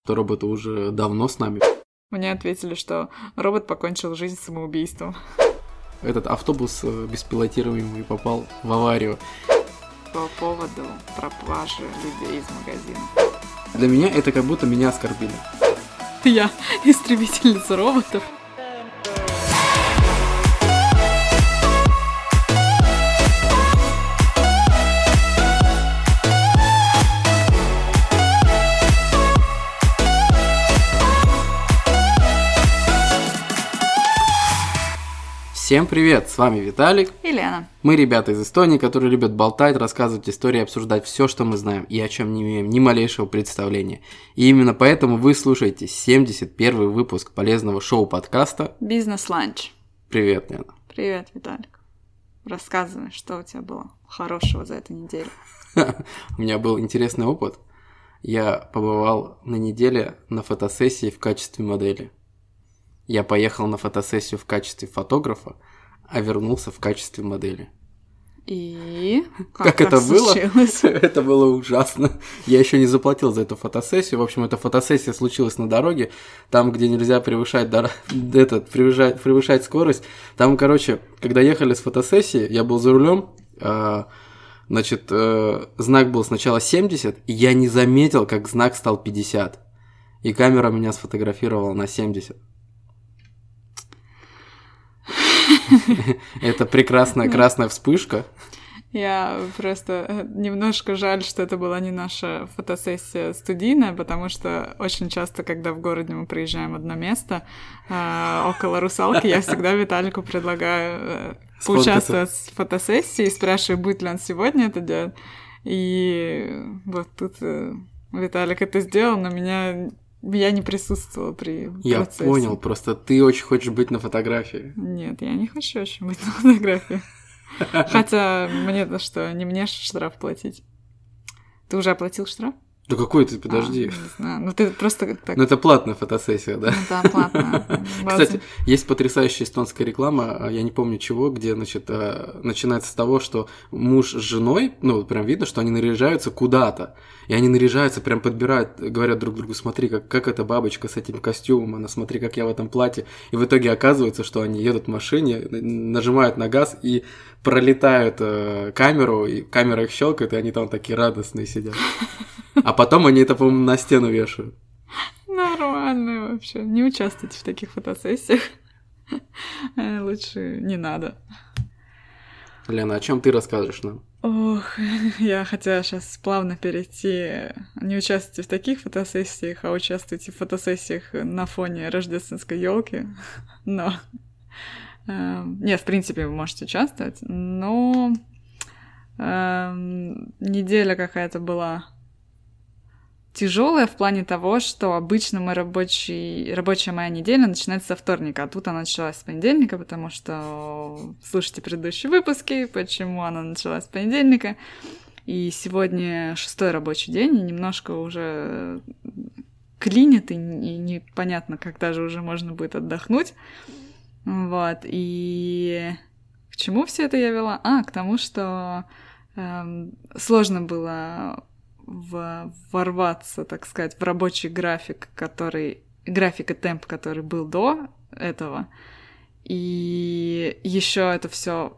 что роботы уже давно с нами. Мне ответили, что робот покончил жизнь самоубийством. Этот автобус беспилотируемый попал в аварию. По поводу пропажи людей из магазина. Для меня это как будто меня оскорбили. Я истребительница роботов. Всем привет, с вами Виталик и Лена. Мы ребята из Эстонии, которые любят болтать, рассказывать истории, обсуждать все, что мы знаем и о чем не имеем ни малейшего представления. И именно поэтому вы слушаете 71-й выпуск полезного шоу-подкаста «Бизнес-ланч». Привет, Лена. Привет, Виталик. Рассказывай, что у тебя было хорошего за эту неделю. У меня был интересный опыт. Я побывал на неделе на фотосессии в качестве модели. Я поехал на фотосессию в качестве фотографа, а вернулся в качестве модели. И как это случилось? было? Это было ужасно. Я еще не заплатил за эту фотосессию. В общем, эта фотосессия случилась на дороге, там, где нельзя превышать скорость. Там, короче, когда ехали с фотосессии, я был за рулем. Значит, знак был сначала 70, и я не заметил, как знак стал 50. И камера меня сфотографировала на 70. Это прекрасная красная вспышка. Я просто немножко жаль, что это была не наша фотосессия студийная, потому что очень часто, когда в городе мы приезжаем в одно место, около «Русалки», я всегда Виталику предлагаю поучаствовать в фотосессии и спрашиваю, будет ли он сегодня это делать. И вот тут Виталик это сделал, но я не присутствовала при процессе. Я понял, просто ты очень хочешь быть на фотографии. Нет, я не хочу очень быть на фотографии. Хотя мне-то что, не мне штраф платить. Ты уже оплатил штраф? Да какой ты, подожди. Не знаю, ну ты просто так... Ну это платная фотосессия, да? Ну да, платная. Кстати, есть потрясающая эстонская реклама, я не помню чего, где, значит, начинается с того, что муж с женой, ну прям видно, что они наряжаются куда-то, и они наряжаются, прям подбирают, говорят друг другу, смотри, как эта бабочка с этим костюмом, она, смотри, как я в этом платье, и в итоге оказывается, что они едут в машине, нажимают на газ и пролетают камеру, и камера их щелкает, и они там такие радостные сидят. А потом они это, по-моему, на стену вешают. Нормально вообще. Не участвуйте в таких фотосессиях. Лучше не надо. Лена, о чем ты расскажешь нам? Ох, я хотела сейчас плавно перейти. Не участвуйте в таких фотосессиях, а участвуйте в фотосессиях на фоне рождественской елки. Но... Нет, в принципе, вы можете участвовать, но неделя какая-то была тяжелая в плане того, что обычно рабочая моя неделя начинается со вторника, а тут она началась с понедельника, потому что слушайте предыдущие выпуски, почему она началась с понедельника. И сегодня 6-й рабочий день, и немножко уже клинит, и непонятно, когда же уже можно будет отдохнуть. Вот, и к чему все это я вела? К тому, что сложно было ворваться, так сказать, в рабочий график и темп, который был до этого. И еще это все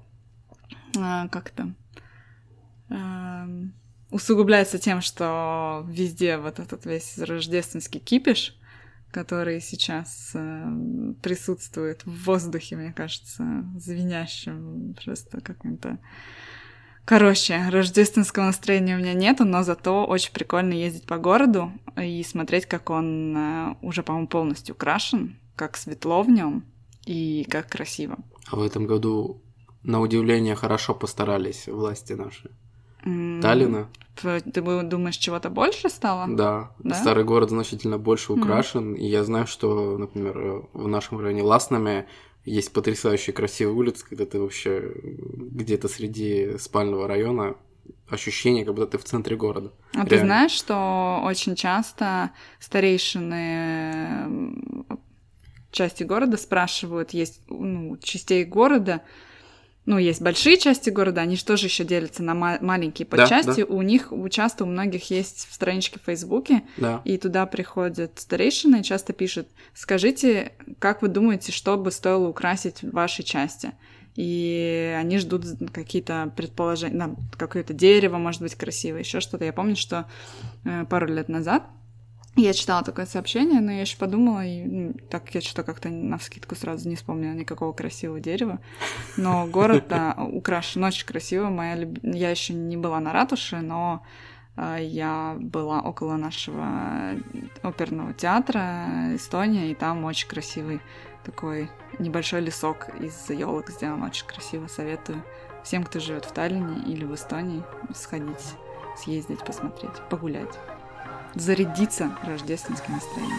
усугубляется тем, что везде вот этот весь рождественский кипиш, который сейчас присутствует в воздухе, мне кажется, звенящим, просто каким-то... Короче, рождественского настроения у меня нету, но зато очень прикольно ездить по городу и смотреть, как он уже, по-моему, полностью украшен, как светло в нем и как красиво. А в этом году, на удивление, хорошо постарались власти наши. Таллина. Ты думаешь, чего-то больше стало? Да? Старый город значительно больше украшен, и я знаю, что, например, в нашем районе Ласнаме есть потрясающие красивые улицы, когда ты вообще где-то среди спального района, ощущение, как будто ты в центре города. А реально. Ты знаешь, что очень часто старейшины части города спрашивают, есть частей города, ну, есть большие части города, они же тоже еще делятся на маленькие подчасти. Да. У них часто у многих есть странички в Фейсбуке, Да. и туда приходят старейшины и часто пишут: скажите, как вы думаете, что бы стоило украсить в вашей части? И они ждут какие-то предположения, какое-то дерево, может быть, красивое, еще что-то. Я помню, что пару лет назад я читала такое сообщение, но я еще подумала, и так я что-то как-то навскидку сразу не вспомнила никакого красивого дерева. Но город украшен очень красиво. Я еще не была на ратуше, но я была около нашего оперного театра Эстония, и там очень красивый такой небольшой лесок из елок сделан, очень красиво. Советую всем, кто живет в Таллине или в Эстонии, сходить, съездить, посмотреть, погулять. Зарядиться рождественским настроением.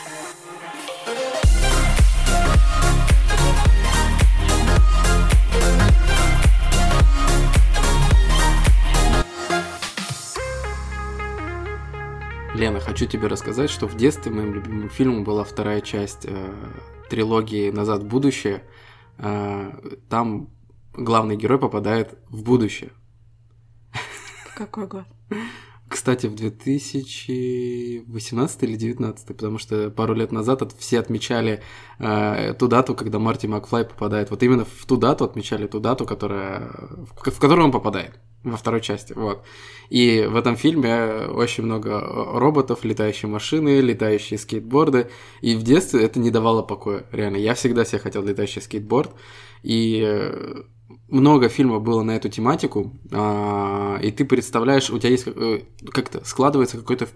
Лена, хочу тебе рассказать, что в детстве моим любимым фильмом была вторая часть трилогии «Назад в будущее». Там главный герой попадает в будущее. В какой год? Кстати, в 2018 или 2019, потому что пару лет назад все отмечали ту дату, когда Марти Макфлай попадает. Вот именно в ту дату отмечали ту дату, в которую он попадает во второй части. Вот. И в этом фильме очень много роботов, летающие машины, летающие скейтборды. И в детстве это не давало покоя, реально. Я всегда себе хотел летающий скейтборд. И много фильмов было на эту тематику, и ты представляешь, у тебя есть как-то складывается какое-то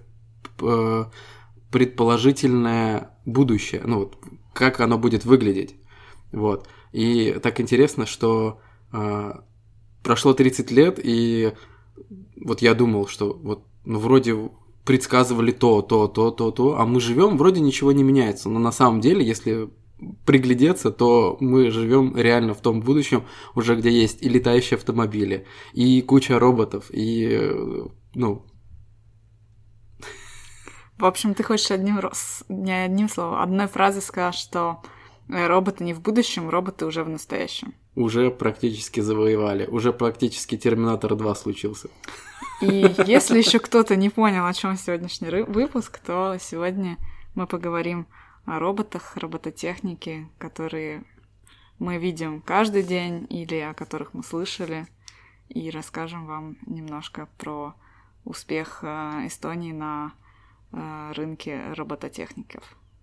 предположительное будущее, ну вот как оно будет выглядеть, вот. И так интересно, что прошло 30 лет, и вот я думал, что вот ну, вроде предсказывали то, а мы живем, вроде ничего не меняется, но на самом деле, если приглядеться, то мы живем реально в том будущем, уже где есть и летающие автомобили, и куча роботов, и, ну... В общем, ты хочешь не одним словом, одной фразой сказать, что роботы не в будущем, роботы уже в настоящем. Уже практически завоевали, уже практически Терминатор 2 случился. И если еще кто-то не понял, о чем сегодняшний выпуск, то сегодня мы поговорим о роботах, робототехнике, которые мы видим каждый день или о которых мы слышали, и расскажем вам немножко про успех Эстонии на рынке робототехники.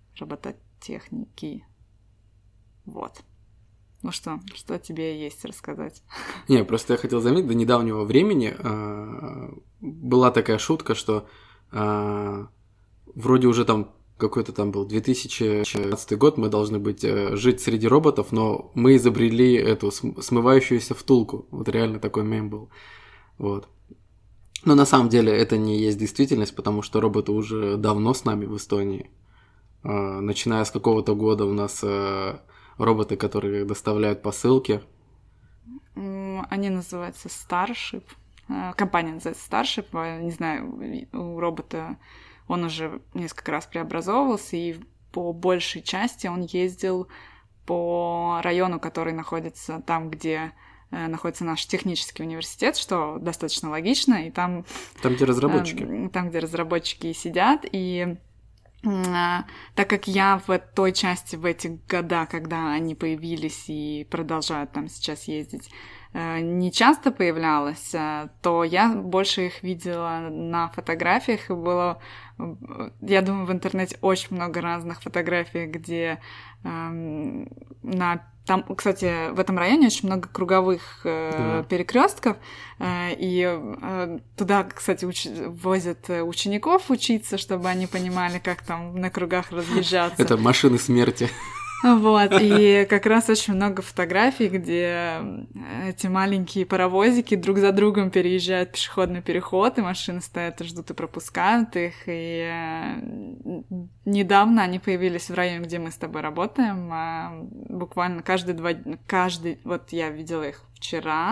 Вот. Ну что тебе есть рассказать? Не, просто я хотел заметить, до недавнего времени была такая шутка, что вроде уже там какой-то там был 2016 год, мы должны быть жить среди роботов, но мы изобрели эту смывающуюся втулку. Вот реально такой мем был. Вот. Но на самом деле это не есть действительность, потому что роботы уже давно с нами в Эстонии. Начиная с какого-то года у нас роботы, которые доставляют посылки. Они называются Starship. Компания называется Starship. Не знаю, у робота он уже несколько раз преобразовывался, и по большей части он ездил по району, который находится там, где находится наш технический университет, что достаточно логично, и там... Там, где разработчики. Там, где разработчики сидят, и так как я в той части, в эти года, когда они появились и продолжают там сейчас ездить, не часто появлялась, то я больше их видела на фотографиях, и было, я думаю, в интернете очень много разных фотографий, где там, кстати, в этом районе очень много круговых перекрестков, и туда, кстати, возят учеников учиться, чтобы они понимали, как там на кругах разъезжаться. Это машины смерти. Вот, и как раз очень много фотографий, где эти маленькие паровозики друг за другом переезжают пешеходный переход, и машины стоят и ждут и пропускают их, и недавно они появились в районе, где мы с тобой работаем, буквально каждый, вот я видела их вчера,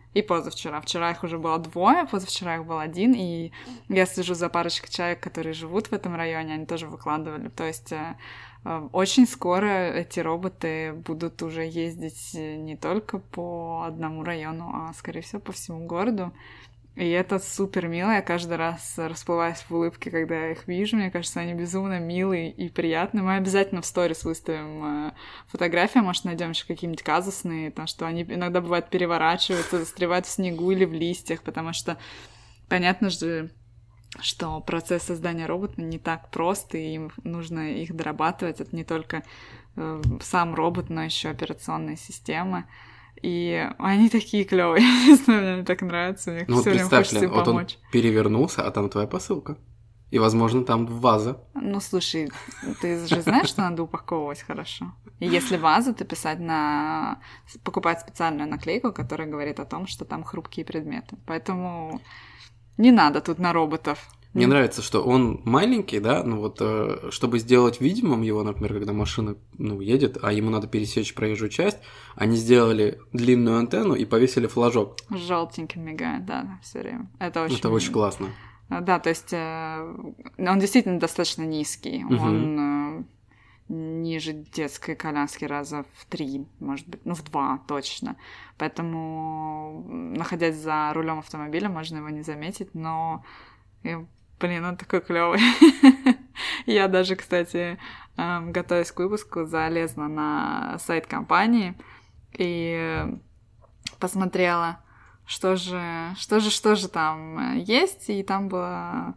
И позавчера. Вчера их уже было 2, позавчера их был 1, и я слежу за парочкой человек, которые живут в этом районе, они тоже выкладывали. То есть очень скоро эти роботы будут уже ездить не только по одному району, а, скорее всего, по всему городу. И это супер мило, я каждый раз расплываюсь в улыбке, когда я их вижу, мне кажется, они безумно милые и приятные. Мы обязательно в сторис выставим фотографии, может, найдем еще какие-нибудь казусные, там, что они иногда, бывает, переворачиваются, застревают в снегу или в листьях, потому что понятно же, что процесс создания робота не так прост, и им нужно их дорабатывать. Это не только сам робот, но еще операционные системы. И они такие клевые, не знаю, мне так нравится, мне Ну, все время представь, хочется им вот помочь. он перевернулся, а там твоя посылка. И, возможно, там ваза. Ну, слушай, ты же знаешь, что надо упаковывать хорошо. И если вазу, то покупать специальную наклейку, которая говорит о том, что там хрупкие предметы. Поэтому не надо тут на роботов. Мне нравится, что он маленький, да, ну вот, чтобы сделать видимым его, например, когда машина, едет, а ему надо пересечь проезжую часть, они сделали длинную антенну и повесили флажок. Желтеньким мигает, да, все время. Это очень классно. Да, то есть он действительно достаточно низкий. Он ниже детской коляски раза в 3, может быть, в 2 точно. Поэтому, находясь за рулем автомобиля, можно его не заметить, но... Блин, он такой клевый. Я даже, кстати, готовясь к выпуску, залезла на сайт компании и посмотрела, что же там есть, и там была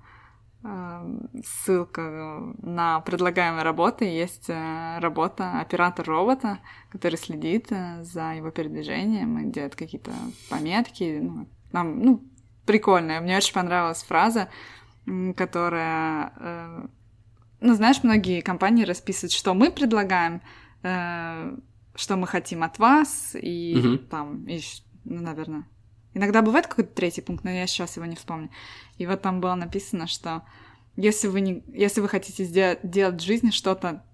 ссылка на предлагаемые работы. Есть работа оператор робота, который следит за его передвижением и делает какие-то пометки. Прикольно. Мне очень понравилась фраза, которая... знаешь, многие компании расписывают, что мы предлагаем, что мы хотим от вас, и там, наверное... Иногда бывает какой-то третий пункт, но я сейчас его не вспомню. И вот там было написано, что если вы хотите делать в жизни что-то,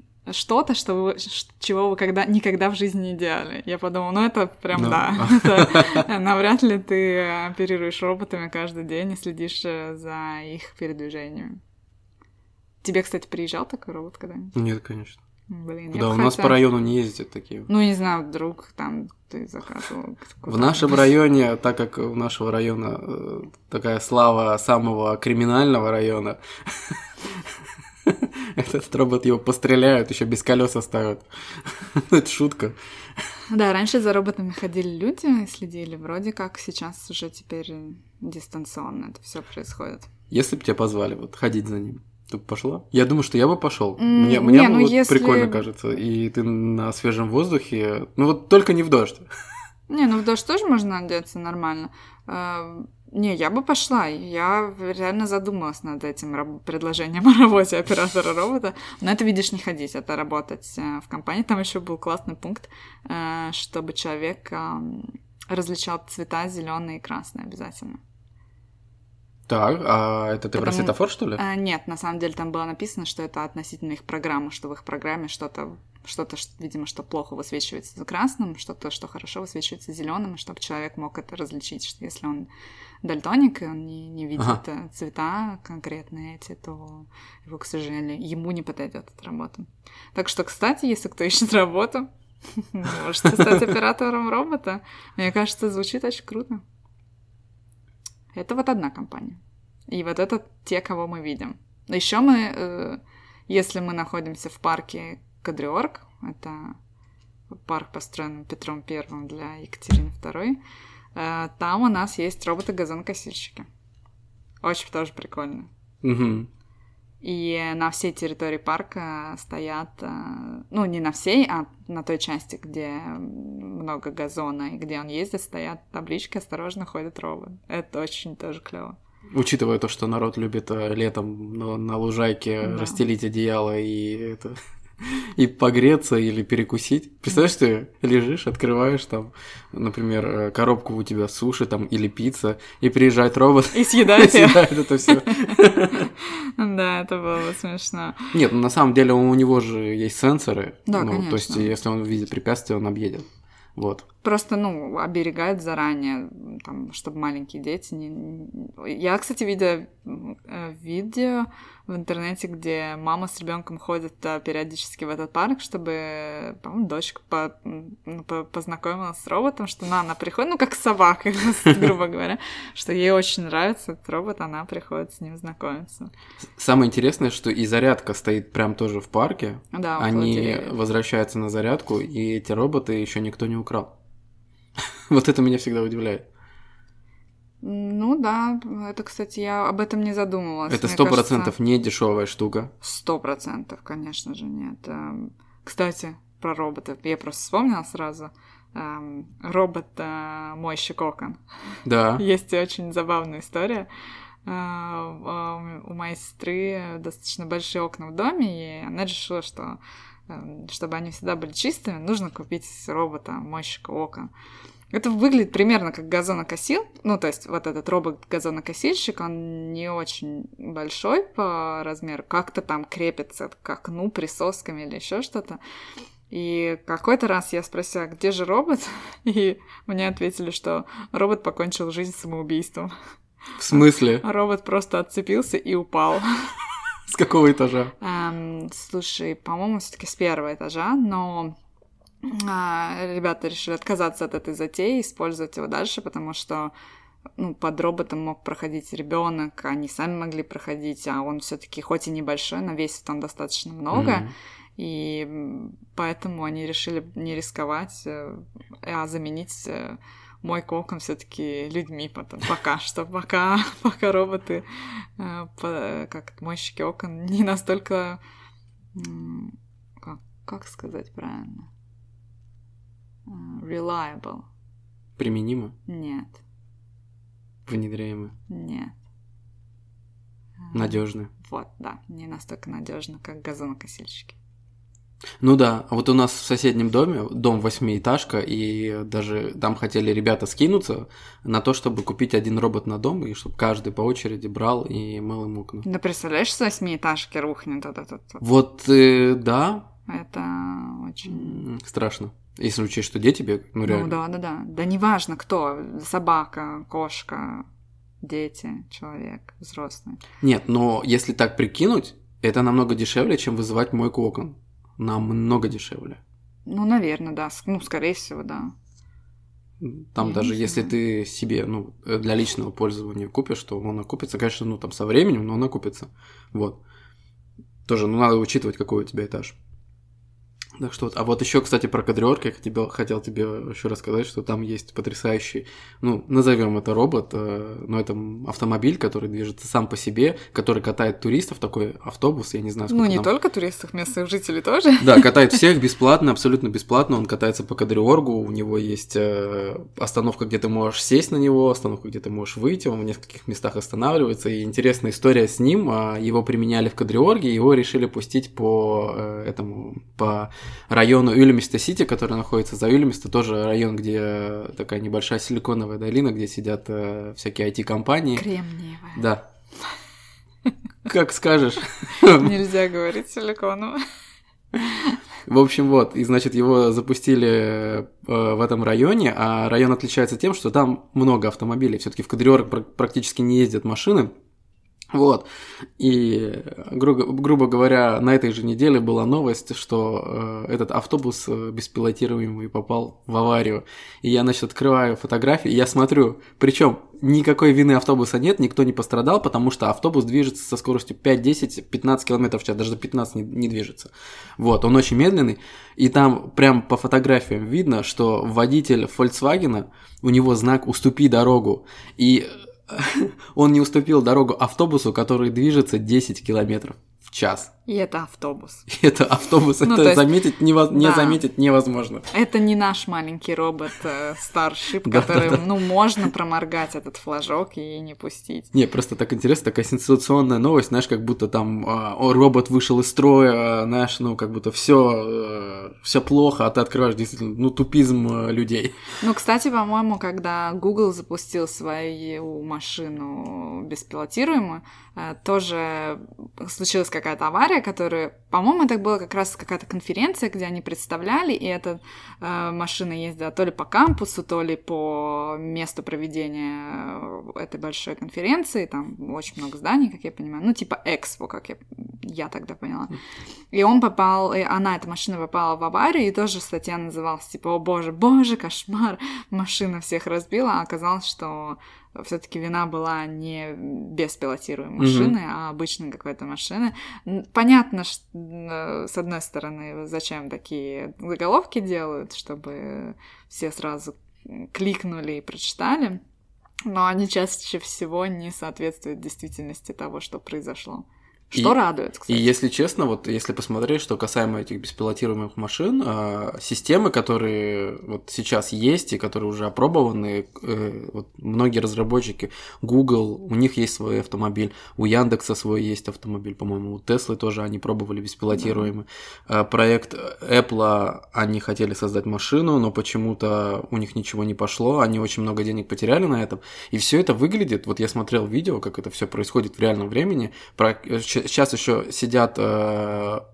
чего вы никогда в жизни не делали. Я подумала, это прям навряд ли ты оперируешь роботами каждый день и следишь за их передвижением. Тебе, кстати, приезжал такой робот когда-нибудь? Нет, конечно. Блин, да, у нас по району не ездят такие. Не знаю, вдруг там ты заказывал. В нашем районе, так как у нашего района такая слава самого криминального района, этот робот его постреляют, еще без колес оставят. Это шутка. Да, раньше за роботами ходили люди и следили. Вроде как сейчас уже теперь дистанционно это все происходит. Если бы тебя позвали ходить за ним, ты бы пошла? Я думаю, что я бы пошел. Мне прикольно кажется. И ты на свежем воздухе. Только не в дождь. В дождь тоже можно одеться нормально. Я бы пошла. Я реально задумалась над этим предложением о работе оператора робота. Но это, видишь, не ходить, это работать в компании. Там еще был классный пункт, чтобы человек различал цвета зеленый и красный обязательно. Так, а это ты про светофор, что ли? Нет, на самом деле там было написано, что это относительно их программы, что в их программе что-то, видимо, что плохо высвечивается красным, что-то, что хорошо высвечивается зеленым, чтобы человек мог это различить, что если он дальтоник, и он не видит цвета конкретные эти, то его, к сожалению, ему не подойдет эта работа. Так что, кстати, если кто ищет работу, можете стать оператором робота. Мне кажется, звучит очень круто. Это одна компания. И это те, кого мы видим. Еще мы, если мы находимся в парке Кадриорг, это парк, построен Петром I для Екатерины II, там у нас есть роботы-газонокосильщики. Очень тоже прикольно. Угу. И на всей территории парка стоят, не на всей, а на той части, где много газона и где он ездит, стоят таблички «Осторожно, ходит робот». Это очень тоже клево. Учитывая то, что народ любит летом на лужайке расстелить одеяло и погреться или перекусить. Представляешь, ты лежишь, открываешь там, например, коробку у тебя суши там или пицца, и приезжает робот и съедает это все. Да, это было смешно. Нет, на самом деле у него же есть сенсоры. Да, конечно. То есть, если он видит препятствие, он объедет. Вот. Просто, оберегают заранее, там, чтобы маленькие дети не... Я, кстати, видела видео в интернете, где мама с ребенком ходит периодически в этот парк, чтобы, по-моему, дочка познакомилась с роботом, что она приходит, как собака, грубо говоря, что ей очень нравится этот робот, она приходит с ним знакомиться. Самое интересное, что и зарядка стоит прям тоже в парке. Да, они возвращаются на зарядку, и эти роботы еще никто не украл. Вот это меня всегда удивляет. Ну да, это, кстати, я об этом не задумывалась. Это 100% не дешевая штука. 100%, конечно же, нет. Кстати, про роботов. Я просто вспомнила сразу. Робот-мойщик окон. Да. Есть очень забавная история. У моей сестры достаточно большие окна в доме, и она решила, что чтобы они всегда были чистыми, нужно купить робота-мойщика окон. Это выглядит примерно как газонокосил. То есть вот этот робот-газонокосильщик, он не очень большой по размеру, как-то там крепится к окну присосками или еще что-то. И какой-то раз я спросила, где же робот? И мне ответили, что робот покончил жизнь самоубийством. В смысле? Робот просто отцепился и упал. С какого этажа? Слушай, по-моему, все-таки с первого этажа, но ребята решили отказаться от этой затеи, использовать его дальше, потому что под роботом мог проходить ребенок, они сами могли проходить, а он все-таки хоть и небольшой, но весит он достаточно много, и поэтому они решили не рисковать, а заменить мойку окон все-таки людьми потом. Пока роботы, как мойщики окон, не настолько, как сказать правильно, reliable. Применимо? Нет. Внедряемо? Нет. Надежно. Вот, да, не настолько надежно, как газонокосильщики. Ну да, а вот у нас в соседнем доме, дом 8-этажка, и даже там хотели ребята скинуться на то, чтобы купить один робот на дом, и чтобы каждый по очереди брал и мыл им окна. Да представляешь, с 8-этажки рухнет этот. Вот, да. Это очень... Страшно. Если учесть, что дети бегают, реально. Да. Да неважно кто, собака, кошка, дети, человек, взрослый. Нет, но если так прикинуть, это намного дешевле, чем вызывать мойку окон. Намного дешевле. Наверное, да. Скорее всего, да. Там даже если ты себе, для личного пользования купишь, то он окупится, конечно, там со временем, но он окупится. Вот. Тоже, надо учитывать, какой у тебя этаж. Так что вот. А вот еще, кстати, про квадриорг я хотел тебе еще рассказать, что там есть потрясающий, назовем это робот, но это автомобиль, который движется сам по себе, который катает туристов, такой автобус, я не знаю, сколько не там... только туристов, местных жителей тоже. Да, катает всех бесплатно, абсолютно бесплатно, он катается по квадриоргу, у него есть остановка, где ты можешь сесть на него, остановка, где ты можешь выйти, он в нескольких местах останавливается, и интересная история с ним, его применяли в квадриорге, его решили пустить по району Уильямсте-Сити, который находится за Уильямсте, тоже район, где такая небольшая силиконовая долина, где сидят всякие IT-компании. Кремниевая. Да. Как скажешь. Нельзя говорить силиконовая. В общем, вот, и, значит, его запустили в этом районе, а район отличается тем, что там много автомобилей, все-таки в квадриорг практически не ездят машины. Вот, и, грубо говоря, на этой же неделе была новость, что этот автобус беспилотируемый попал в аварию. И я, значит, открываю фотографии, и я смотрю, причем никакой вины автобуса нет, никто не пострадал, потому что автобус движется со скоростью 5, 10, 15 км в час, даже до 15 не движется. Вот, он очень медленный, и там прям по фотографиям видно, что водитель Volkswagen, у него знак «Уступи дорогу», и... Он не уступил дорогу автобусу, который движется 10 километров в час. И это автобус. Это автобус, это заметить не заметить невозможно. Это не наш маленький робот Starship, который, можно проморгать этот флажок и не пустить. Не, просто так интересно, такая сенсационная новость, знаешь, как будто там робот вышел из строя, знаешь, как будто все плохо, а ты открываешь действительно, тупизм людей. Кстати, по-моему, когда Google запустил свою машину беспилотируемую, тоже случилась какая-то какая-то авария, которую, по-моему, это была как раз какая-то конференция, где они представляли, и эта машина ездила то ли по кампусу, то ли по месту проведения этой большой конференции, там очень много зданий, как я понимаю, ну, типа Экспо, как я тогда поняла. И эта машина попала в аварию, и тоже статья называлась, типа, о боже, кошмар, машина всех разбила, а оказалось, что все-таки вина была не беспилотируемой машины, а обычной какой-то машины. Понятно, что, с одной стороны, зачем такие заголовки делают, чтобы все сразу кликнули и прочитали, но они чаще всего не соответствуют действительности того, что произошло. Что радует, кстати. И если честно, вот если посмотреть, что касаемо этих беспилотируемых машин, системы, которые вот сейчас есть и которые уже опробованы, вот многие разработчики, Google, у них есть свой автомобиль, у Яндекса свой есть автомобиль, по-моему, у Теслы тоже они пробовали беспилотируемый. Проект Apple, они хотели создать машину, но почему-то у них ничего не пошло, они очень много денег потеряли на этом, и все это выглядит, вот я смотрел видео, как это все происходит в реальном времени, сейчас еще сидят на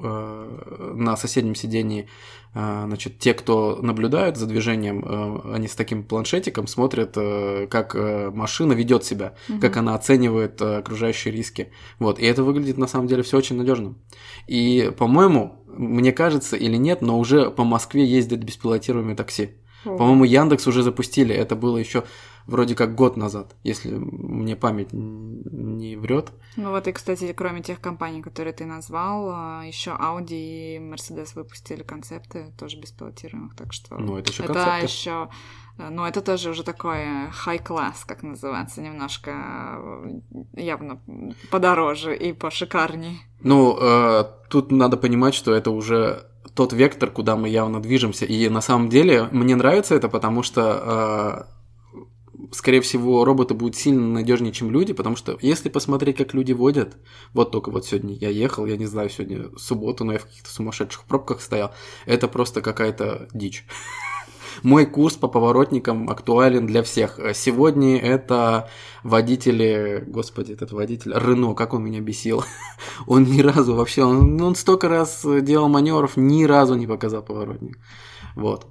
соседнем сидении, значит, те, кто наблюдают за движением, они с таким планшетиком смотрят, как машина ведет себя, как она оценивает окружающие риски. Вот. И это выглядит на самом деле все очень надежно. И, по-моему, мне кажется или нет, но уже по Москве ездят беспилотируемые такси. По-моему, Яндекс уже запустили. Это было еще вроде как год назад, если мне память не врет. Ну вот и, кстати, кроме тех компаний, которые ты назвал, еще Audi и Mercedes выпустили концепты тоже беспилотируемых, так что ну, это еще ну, это тоже уже такой high class, как называется, немножко явно подороже и пошикарней. Ну, тут надо понимать, что это уже тот вектор, куда мы явно движемся. И на самом деле мне нравится это, потому что скорее всего, роботы будут сильно надежнее, чем люди, потому что если посмотреть, как люди водят, вот только вот сегодня я ехал, я не знаю, сегодня суббота, но я в каких-то сумасшедших пробках стоял, это просто какая-то дичь. Мой курс по поворотникам актуален для всех. Сегодня это водители, господи, этот водитель, Рено, как он меня бесил. Он ни разу вообще, он столько раз делал маневров, ни разу не показал поворотник. Вот.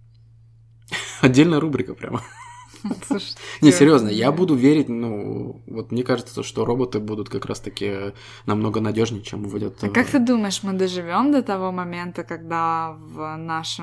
Отдельная рубрика прямо. Слушай, не, серьезно, я буду верить, ну, вот мне кажется, что роботы будут как раз-таки намного надежнее, чем водят. А как ты думаешь, мы доживем до того момента, когда в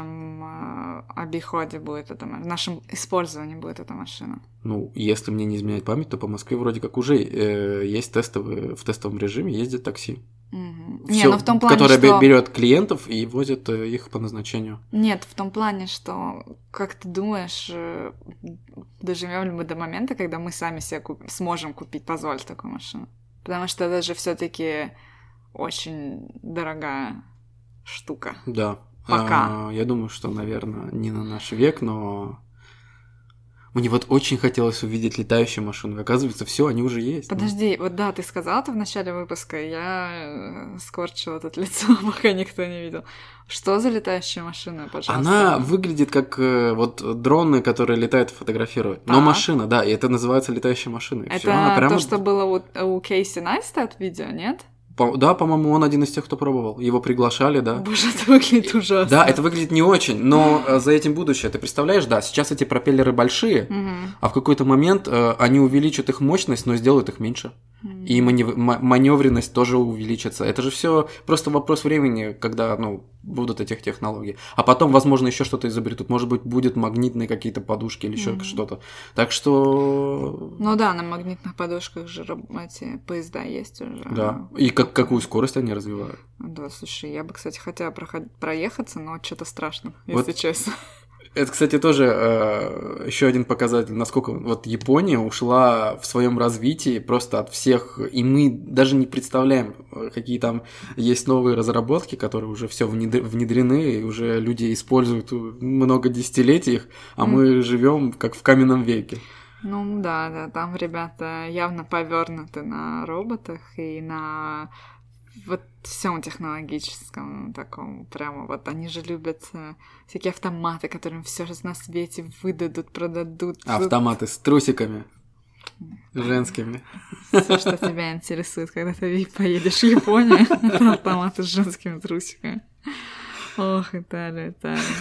нашем обиходе будет эта машина, в нашем использовании будет эта машина? Ну, если мне не изменяет память, то по Москве вроде как уже есть в тестовом режиме ездят такси. Угу. Не, ну в том плане, которая что... берет клиентов и возит их по назначению. Нет, в том плане, что, как ты думаешь, доживем ли мы до момента, когда мы сами себе сможем купить, позволить такую машину? Потому что это же все-таки очень дорогая штука. Да. Пока. Я думаю, что, наверное, не на наш век, но мне вот очень хотелось увидеть летающую машину. И оказывается, все, они уже есть. Подожди, вот да, ты сказала это в начале выпуска, я скорчила тут лицо, пока никто не видел. Что за летающая машина, пожалуйста? Она выглядит как вот дроны, которые летают и фотографируют. Но машина, да, и это называется летающая машина. И это всё. Она прямо... то, что было у Кейси Найстат видео, нет? Да, по-моему, он один из тех, кто пробовал. Его приглашали, да. Боже, это выглядит ужасно. Да, это выглядит не очень, но за этим будущее. Ты представляешь, да, сейчас эти пропеллеры большие, а в какой-то момент они увеличат их мощность, но сделают их меньше. И маневренность тоже увеличится. Это же все просто вопрос времени, когда, будут этих технологий. А потом, возможно, еще что-то изобретут. Может быть, будет магнитные какие-то подушки или еще что-то. Так что... Ну да, на магнитных подушках же эти поезда есть уже. Да. И какую скорость они развивают? Да, слушай, я бы, кстати, хотела проехаться, но что-то страшно, если честно. Это, кстати, тоже еще один показатель, насколько вот Япония ушла в своем развитии просто от всех, и мы даже не представляем, какие там есть новые разработки, которые уже все внедрены, и уже люди используют много десятилетий их, а мы живем как в каменном веке. Ну да, там ребята явно повернуты на роботах и на вот всем технологическом таком, прямо вот они же любят всякие автоматы, которым все на свете выдадут, продадут. Автоматы с трусиками. Женскими. Все, что тебя интересует, когда ты поедешь в Японию, это автоматы с женскими трусиками. Ох, Италия.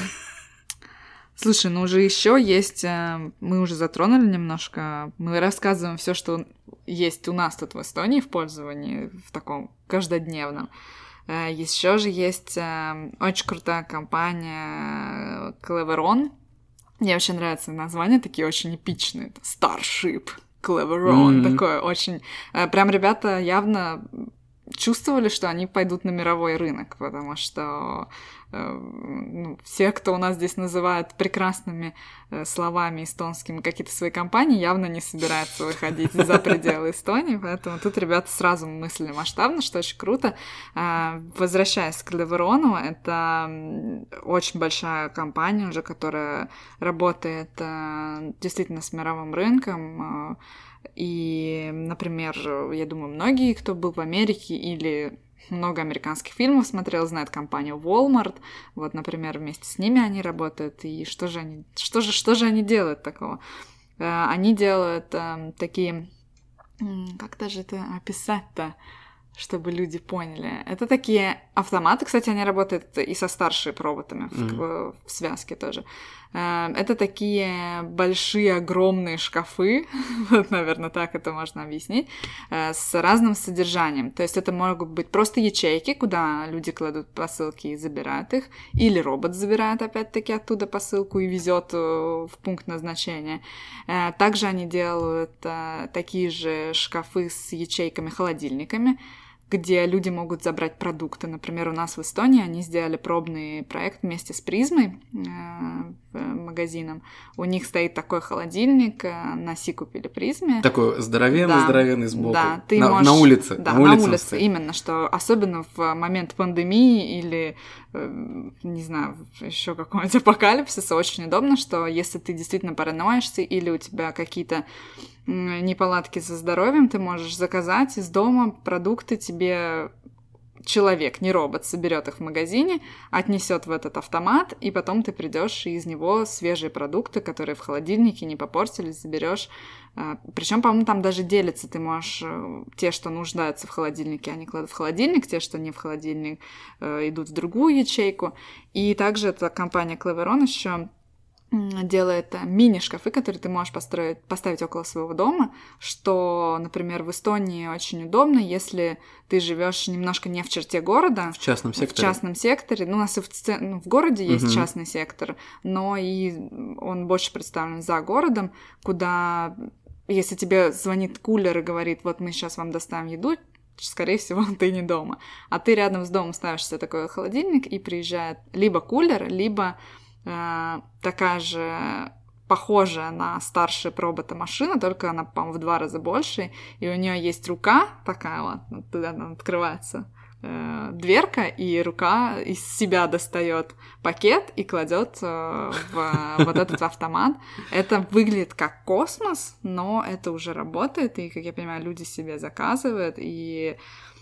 Слушай, ну уже еще есть, мы уже затронули немножко, мы рассказываем все, что есть у нас тут в Эстонии в пользовании, в таком каждодневном. Еще же есть очень крутая компания Cleveron. Мне вообще нравятся названия, такие очень эпичные. Starship, Cleveron, такое очень... Прям ребята явно чувствовали, что они пойдут на мировой рынок, потому что все, кто у нас здесь называют прекрасными словами эстонскими какие-то свои компании, явно не собираются выходить за пределы Эстонии, поэтому тут ребята сразу мыслили масштабно, что очень круто. Возвращаясь к Cleveron, это очень большая компания уже, которая работает действительно с мировым рынком. И, например, я думаю, многие, кто был в Америке или много американских фильмов смотрел, знают компанию Walmart. Вот, например, вместе с ними они работают. И что же они делают такого? Они делают такие... Как даже это описать-то, чтобы люди поняли? Это такие автоматы. Кстати, они работают и со старшими роботами в связке тоже. Это такие большие, огромные шкафы, вот, наверное, так это можно объяснить, с разным содержанием. То есть это могут быть просто ячейки, куда люди кладут посылки и забирают их, или робот забирает, опять-таки, оттуда посылку и везет в пункт назначения. Также они делают такие же шкафы с ячейками-холодильниками, где люди могут забрать продукты. Например, у нас в Эстонии они сделали пробный проект вместе с Призмой, магазином. У них стоит такой холодильник, носи купили Призме. Такой здоровенный сбоку. Да, ты на улице. Да, на улице, именно, что особенно в момент пандемии или, не знаю, еще какого-нибудь апокалипсиса очень удобно, что если ты действительно параноишься или у тебя какие-то неполадки со здоровьем, ты можешь заказать из дома продукты, тебе человек, не робот, соберет их в магазине, отнесет в этот автомат, и потом ты придешь и из него свежие продукты, которые в холодильнике не попортились, заберешь. Причем, по-моему, там даже делится, ты можешь те, что нуждаются в холодильнике, они кладут в холодильник, те, что не в холодильник, идут в другую ячейку. И также эта компания Cleveron еще делает мини-шкафы, которые ты можешь поставить около своего дома, что, например, в Эстонии очень удобно, если ты живешь немножко не в черте города. В частном секторе. В частном секторе. Ну, у нас и в городе есть частный сектор, но и он больше представлен за городом, куда, если тебе звонит кулер и говорит, вот мы сейчас вам доставим еду, скорее всего, ты не дома. А ты рядом с домом ставишь себе такой холодильник, и приезжает либо кулер, либо такая же похожая на старший робота машина, только она, по-моему, в 2 раза больше, и у нее есть рука такая вот, туда открывается дверка, и рука из себя достает пакет и кладет в вот этот автомат. Это выглядит как космос, но это уже работает, и, как я понимаю, люди себе заказывают, и,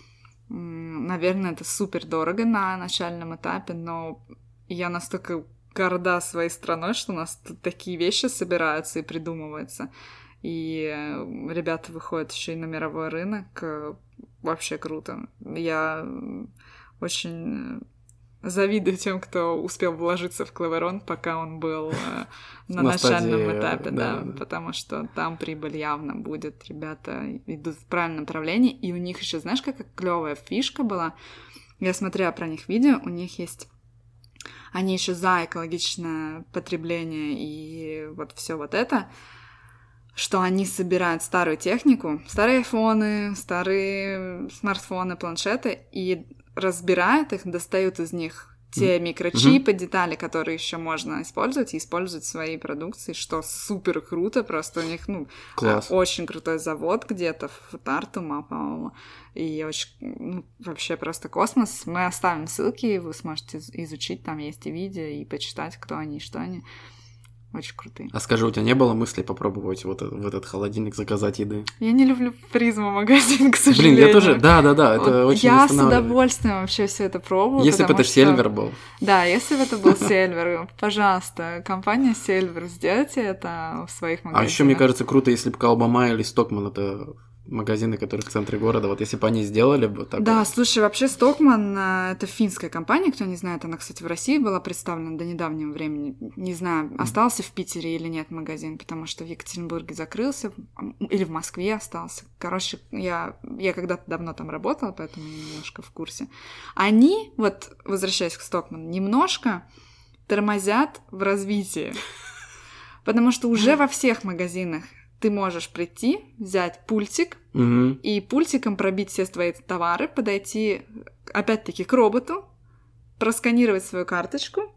наверное, это супер дорого на начальном этапе, но я настолько горда своей страной, что у нас тут такие вещи собираются и придумываются. И ребята выходят еще и на мировой рынок. Вообще круто. Я очень завидую тем, кто успел вложиться в Cleveron, пока он был на начальном этапе, да, потому что там прибыль явно будет. Ребята идут в правильном направлении. И у них еще, знаешь, какая клевая фишка была? Я смотрела про них видео, у них есть... Они еще за экологичное потребление и вот все вот это, что они собирают старую технику, старые айфоны, старые смартфоны, планшеты, и разбирают их, достают из них те микрочипы, детали, которые еще можно использовать, и использовать в своей продукции, что супер круто, просто у них, очень крутой завод где-то в Тартума, по-моему, и очень, вообще просто космос. Мы оставим ссылки, вы сможете изучить, там есть и видео, и почитать, кто они и что они. Очень крутые. А скажи, у тебя не было мысли попробовать в этот холодильник заказать еды? Я не люблю Призма магазин, к сожалению. Блин, я тоже, да, это вот очень я с удовольствием вообще все это пробую. Если бы это Сельвер был. Да, если бы это был Сельвер, пожалуйста, компания Сельвер, сделайте это в своих магазинах. А еще мне кажется круто, если бы Калбама или Стокман это магазины, которые в центре города, вот если бы они сделали бы так. Да, слушай, вообще Стокман это финская компания, кто не знает, она, кстати, в России была представлена до недавнего времени. Не знаю, остался в Питере или нет магазин, потому что в Екатеринбурге закрылся, или в Москве остался. Короче, я когда-то давно там работала, поэтому я немножко в курсе. Они, вот, возвращаясь к Стокману, немножко тормозят в развитии, потому что уже во всех магазинах ты можешь прийти, взять пультик и пультиком пробить все твои товары, подойти, опять-таки, к роботу, просканировать свою карточку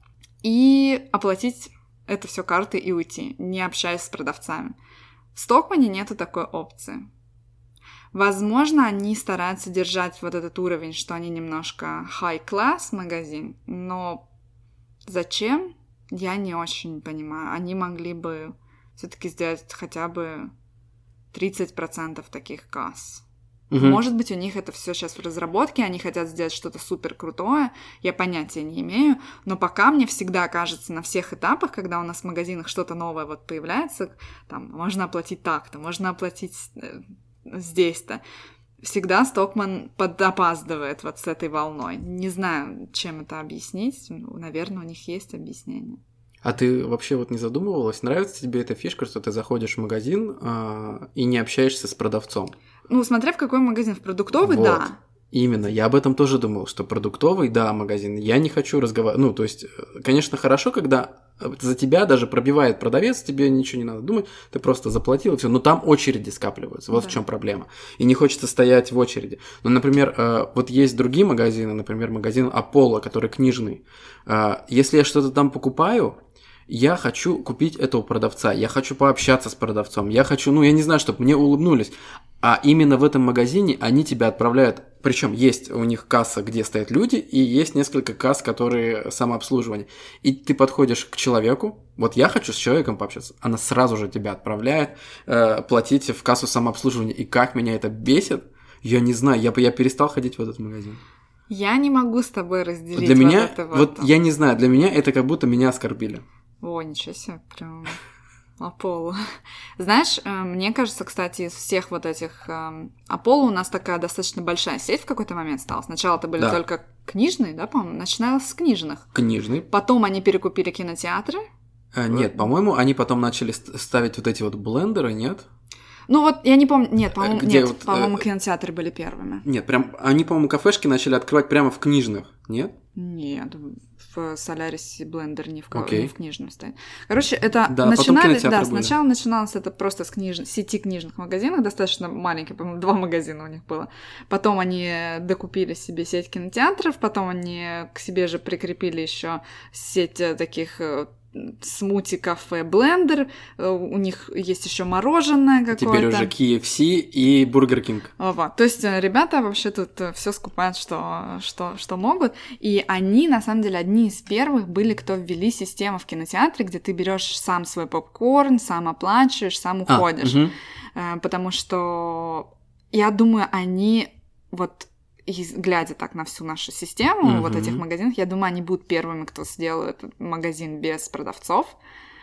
и оплатить это все картой и уйти, не общаясь с продавцами. В Стокмане нету такой опции. Возможно, они стараются держать вот этот уровень, что они немножко high-class магазин, но зачем, я не очень понимаю. Они могли бы все-таки сделать хотя бы 30% таких касс. Может быть, у них это все сейчас в разработке, они хотят сделать что-то супер крутое, я понятия не имею, но пока мне всегда кажется на всех этапах, когда у нас в магазинах что-то новое вот появляется, там, можно оплатить так-то, можно оплатить здесь-то, всегда Стокман подопаздывает вот с этой волной. Не знаю, чем это объяснить, наверное, у них есть объяснение. А ты вообще вот не задумывалась, нравится тебе эта фишка, что ты заходишь в магазин и не общаешься с продавцом? Ну, смотря в какой магазин, в продуктовый, вот. Да. Именно, я об этом тоже думал, что продуктовый, да, магазин, я не хочу разговаривать, ну, то есть, конечно, хорошо, когда за тебя даже пробивает продавец, тебе ничего не надо думать, ты просто заплатил и все, но там очереди скапливаются, вот в чем проблема, и не хочется стоять в очереди. Ну, например, вот есть другие магазины, например, магазин Аполло, который книжный, если я что-то там покупаю, я хочу купить этого продавца, я хочу пообщаться с продавцом, я хочу, ну, я не знаю, чтобы мне улыбнулись. А именно в этом магазине они тебя отправляют, причем есть у них касса, где стоят люди, и есть несколько касс, которые самообслуживание. И ты подходишь к человеку, вот я хочу с человеком пообщаться, она сразу же тебя отправляет платить в кассу самообслуживания. И как меня это бесит, я не знаю, я перестал ходить в этот магазин. Я не могу с тобой разделить для меня, это. Вот я не знаю, для меня это как будто меня оскорбили. О, ничего себе, прям Аполло. Знаешь, мне кажется, кстати, из всех вот этих Аполло у нас такая достаточно большая сеть в какой-то момент стала. Сначала это были только книжные, да, по-моему? Начиналось с книжных. Книжные. Потом они перекупили кинотеатры. Нет, по-моему, они потом начали ставить вот эти вот блендеры, нет? Ну вот, я не помню, нет, по-моему, вот, по-моему, кинотеатры были первыми. Нет, прям, они, по-моему, кафешки начали открывать прямо в книжных, нет? Нет, в Солярисе блендер не в книжном стоит. Короче, это сначала начиналось это просто с сети книжных магазинов, достаточно маленьких, по-моему, 2 магазина у них было. Потом они докупили себе сеть кинотеатров, потом они к себе же прикрепили еще сеть таких смути-кафе блендер, у них есть еще мороженое какое-то. Теперь уже KFC и Burger King. Вот. То есть ребята вообще тут все скупают, что могут, и они, на самом деле, одни из первых были, кто ввели систему в кинотеатре, где ты берешь сам свой попкорн, сам оплачиваешь, сам уходишь. Потому что, я думаю, они вот... И глядя так на всю нашу систему вот этих магазинов, я думаю, они будут первыми, кто сделает магазин без продавцов,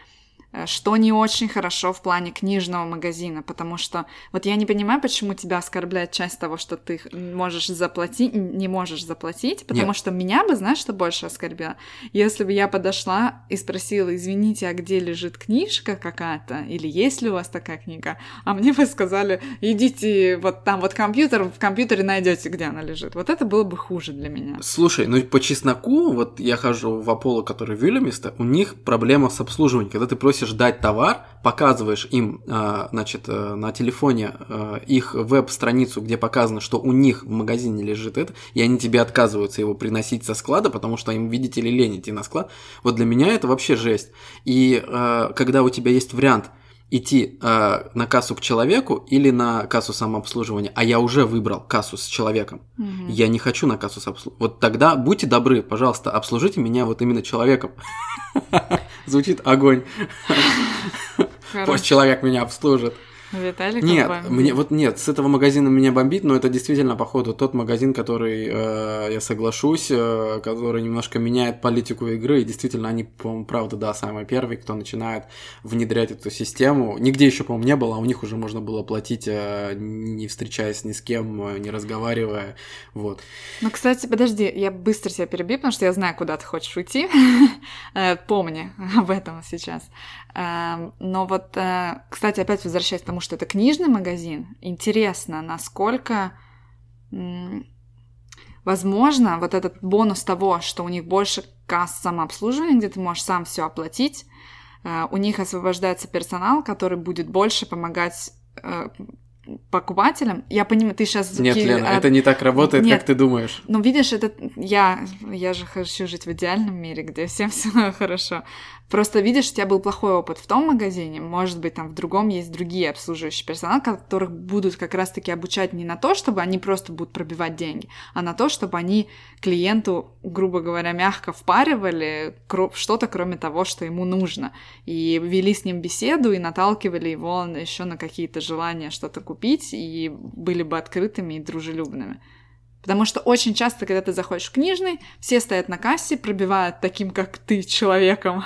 что не очень хорошо в плане книжного магазина, потому что вот я не понимаю, почему тебя оскорбляет часть того, что ты можешь заплатить, не можешь заплатить, потому что меня бы, знаешь, что больше оскорбило? Если бы я подошла и спросила, извините, а где лежит книжка какая-то, или есть ли у вас такая книга, а мне бы сказали, идите вот там вот компьютер, в компьютере найдете, где она лежит. Вот это было бы хуже для меня. Слушай, ну по чесноку, вот я хожу в Аполло, который в Вильямисте, у них проблема с обслуживанием, когда ты просишь дать товар, показываешь им, значит, на телефоне их веб-страницу, где показано, что у них в магазине лежит это, и они тебе отказываются его приносить со склада, потому что им, видите ли, лень идти на склад. Вот для меня это вообще жесть. И когда у тебя есть вариант идти на кассу к человеку или на кассу самообслуживания, а я уже выбрал кассу с человеком. Я не хочу на кассу самообслуживания. Вот тогда будьте добры, пожалуйста, обслужите меня вот именно человеком. Звучит огонь. Пусть человек меня обслужит. Виталик нет, бомбит. мне вот нет, с этого магазина меня бомбит, но это действительно, походу, тот магазин, который, я соглашусь, который немножко меняет политику игры, и действительно, они, по-моему, правда, да, самые первые, кто начинает внедрять эту систему. Нигде еще, по-моему, не было, а у них уже можно было платить, не встречаясь ни с кем, не разговаривая, вот. Ну, кстати, подожди, я быстро тебя перебью, потому что я знаю, куда ты хочешь уйти. Помни об этом сейчас. Но вот, кстати, опять возвращаясь к тому, что это книжный магазин, интересно, насколько, возможно, вот этот бонус того, что у них больше касс самообслуживания, где ты можешь сам все оплатить, у них освобождается персонал, который будет больше помогать покупателям. Я понимаю, ты сейчас... Нет, Лена, это не так работает, как ты думаешь. Ну, видишь, это... Я же хочу жить в идеальном мире, где всем все хорошо. Просто, видишь, у тебя был плохой опыт в том магазине, может быть, там в другом есть другие обслуживающие персонал, которых будут как раз-таки обучать не на то, чтобы они просто будут пробивать деньги, а на то, чтобы они клиенту, грубо говоря, мягко впаривали что-то, кроме того, что ему нужно, и вели с ним беседу, и наталкивали его еще на какие-то желания что-то купить, и были бы открытыми и дружелюбными. Потому что очень часто, когда ты заходишь в книжный, все стоят на кассе, пробивают таким, как ты, человеком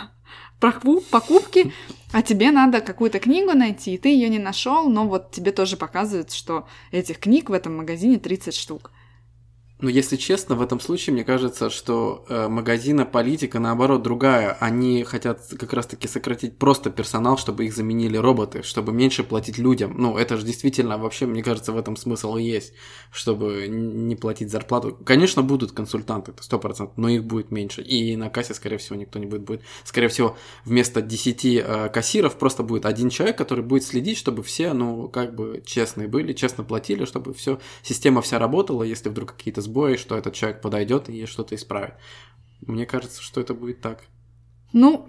покупки, а тебе надо какую-то книгу найти, и ты ее не нашел, но вот тебе тоже показывают, что этих книг в этом магазине 30 штук. Ну, если честно, в этом случае, мне кажется, что магазина политика, наоборот, другая. Они хотят как раз-таки сократить просто персонал, чтобы их заменили роботы, чтобы меньше платить людям. Ну, это же действительно, вообще, мне кажется, в этом смысл и есть, чтобы не платить зарплату. Конечно, будут консультанты, это 100%, но их будет меньше. И на кассе, скорее всего, никто не будет. Скорее всего, вместо 10 кассиров просто будет один человек, который будет следить, чтобы все, ну, как бы честные были, честно платили, чтобы все, система вся работала, если вдруг какие-то сбои, что этот человек подойдет и что-то исправит. Мне кажется, что это будет так. Ну,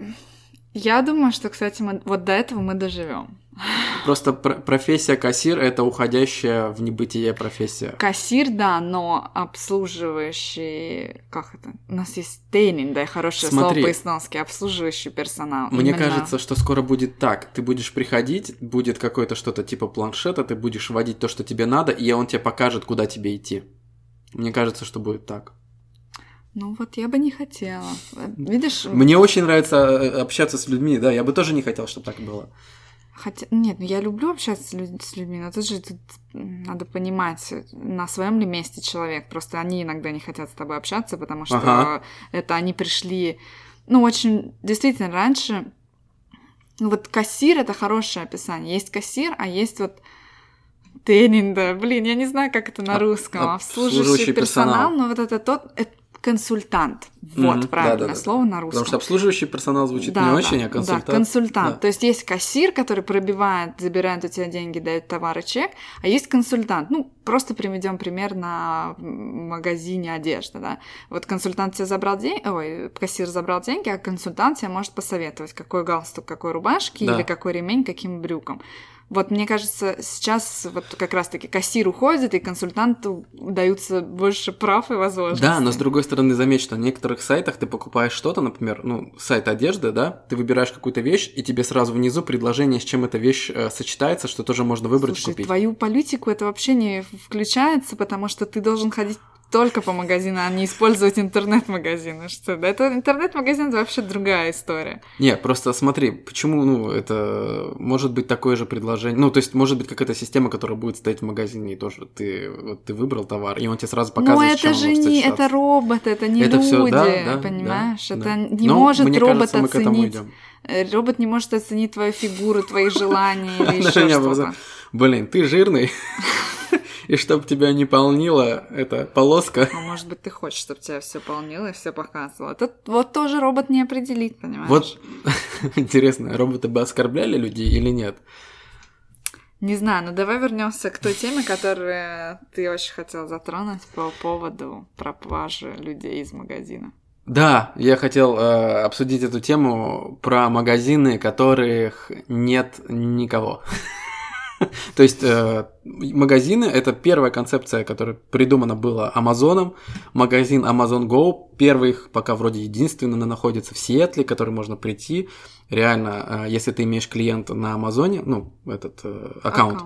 я думаю, что, кстати, вот до этого мы доживем. Просто профессия кассир — это уходящая в небытие профессия. Кассир, да, но обслуживающий... Как это? У нас есть тейнинг, да, хорошее слово по-эстонски. Обслуживающий персонал. Мне кажется, что скоро будет так. Ты будешь приходить, будет какое-то что-то типа планшета, ты будешь вводить то, что тебе надо, и он тебе покажет, куда тебе идти. Мне кажется, что будет так. Ну вот я бы не хотела. Видишь? Мне очень нравится общаться с людьми, да, я бы тоже не хотел, чтобы так было. Хотя, нет, ну я люблю общаться с людьми, но тут надо понимать, на своем ли месте человек. Просто они иногда не хотят с тобой общаться, потому что это они пришли... Ну, очень... Действительно, раньше... Ну, вот кассир — это хорошее описание. Есть кассир, а есть вот... Тренинг, да, блин, я не знаю, как это на русском. Обслуживающий персонал, но вот это консультант. Вот, правильное слово на русском. Потому что обслуживающий персонал звучит не очень, а консультант. Да, консультант. Да. То есть есть кассир, который пробивает, забирает у тебя деньги, дает товар и чек, а есть консультант. Ну, просто приведем пример на магазине одежды, да. Вот консультант тебе забрал деньги, кассир забрал деньги, а консультант тебе может посоветовать, какой галстук, какой рубашки или какой ремень, каким брюкам. Вот, мне кажется, сейчас вот как раз-таки кассир уходит, и консультанту даются больше прав и возможностей. Да, но с другой стороны, заметь, что на некоторых сайтах ты покупаешь что-то, например, ну, сайт одежды, да, ты выбираешь какую-то вещь, и тебе сразу внизу предложение, с чем эта вещь сочетается, что тоже можно выбрать. Слушай, и купить. Твою политику это вообще не включается, потому что ты должен ходить только по магазинам, а не использовать интернет-магазины. Что? Да, это интернет-магазин — это вообще другая история. Нет, просто смотри, почему, ну, это может быть такое же предложение. Ну, то есть, может быть, какая-то система, которая будет стоять в магазине, и тоже ты выбрал товар, и он тебе сразу показывает, с чем он может сочетаться. Но это же не... Это роботы, это не это люди, всё, да, понимаешь? Да, это да. не может мне робот кажется, мы к этому оценить. идем. Робот не может оценить твою фигуру, твои желания или еще что-то. Блин, ты жирный. И чтобы тебя не полнила эта полоска. А может быть, ты хочешь, чтобы тебя все полнило и все показывало. Это вот тоже робот не определит, понимаешь? Вот интересно, роботы бы оскорбляли людей или нет? Не знаю, но давай вернемся к той теме, которую ты очень хотел затронуть по поводу пропажи людей из магазина. Да, я хотел обсудить эту тему про магазины, которых нет никого. То есть магазины — это первая концепция, которая придумана была Амазоном. Магазин Amazon Go, первый, их пока вроде единственный, находится в Сиэтле, который можно прийти. Реально, если ты имеешь клиента на Амазоне, ну, этот аккаунт,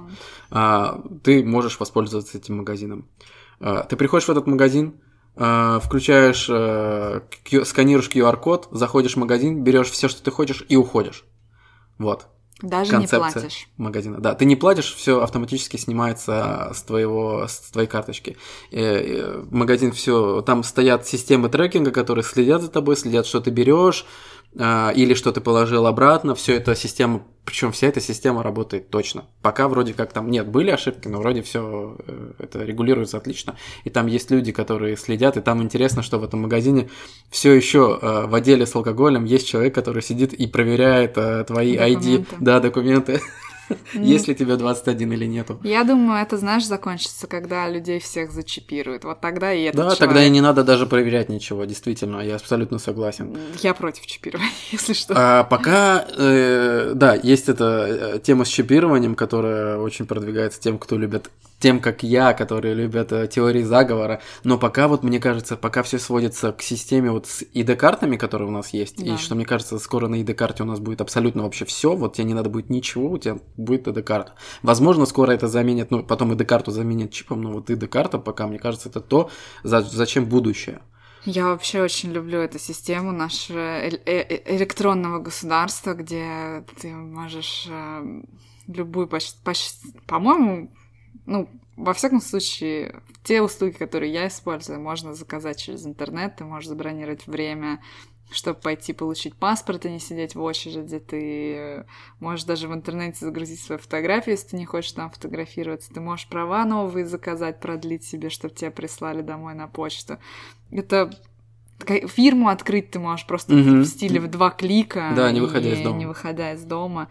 ты можешь воспользоваться этим магазином. Ты приходишь в этот магазин, включаешь, сканируешь QR-код, заходишь в магазин, берешь все, что ты хочешь, и уходишь. Вот. Даже Концепция не платишь. Магазина. Да, ты не платишь, все автоматически снимается с твоей карточки. Магазин все, там стоят системы трекинга, которые следят за тобой, следят, что ты берешь, или что ты положил обратно. Все это система, причем вся эта система работает точно. Пока вроде как там нет, были ошибки, но вроде все это регулируется отлично. И там есть люди, которые следят, и там интересно, что в этом магазине все еще в отделе с алкоголем есть человек, который сидит и проверяет твои документы. ID, да, документы. Есть ли тебе 21 или нету. Я думаю, это, знаешь, закончится, когда людей всех зачипируют. Вот тогда и это. Да, тогда и не надо даже проверять ничего, действительно, я абсолютно согласен. Я против чипирования, если что. Пока, да, есть эта тема с чипированием, которая очень продвигается тем, как я, которые любят теории заговора, но пока вот, мне кажется, пока все сводится к системе вот с ID-картами, которые у нас есть, да. И что, мне кажется, скоро на ID-карте у нас будет абсолютно вообще все, вот тебе не надо будет ничего, у тебя будет ID-карта. Возможно, скоро это заменит, ну, потом ID-карту заменит чипом, но вот ID-карта пока, мне кажется, это то, зачем будущее. Я вообще очень люблю эту систему нашего электронного государства, где ты можешь любую по-моему, ну, во всяком случае, те услуги, которые я использую, можно заказать через интернет, ты можешь забронировать время, чтобы пойти получить паспорт и не сидеть в очереди, ты можешь даже в интернете загрузить свои фотографии, если ты не хочешь там фотографироваться, ты можешь права новые заказать, продлить себе, чтобы тебе прислали домой на почту. Это фирму открыть ты можешь просто в стиле в 2 клика, да, не выходя из дома.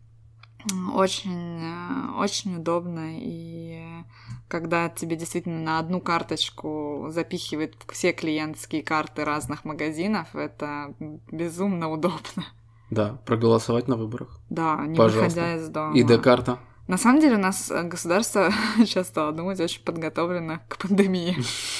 Очень, очень удобно, и когда тебе действительно на одну карточку запихивают все клиентские карты разных магазинов, это безумно удобно. Да, проголосовать на выборах. Да, не пожалуйста. Выходя из дома. ID-карта. На самом деле у нас государство сейчас стало думать очень подготовлено к пандемии.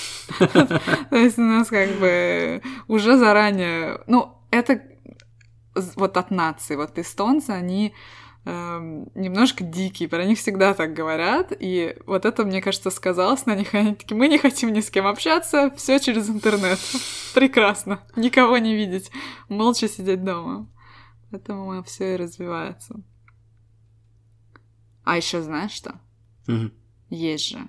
То есть у нас как бы уже заранее... Ну, это вот от нации. Вот эстонцы, они немножко дикие, про них всегда так говорят, и вот это, мне кажется, сказалось на них, они такие: мы не хотим ни с кем общаться, все через интернет. Прекрасно, никого не видеть, молча сидеть дома. Поэтому все и развивается. А еще знаешь что? Есть же.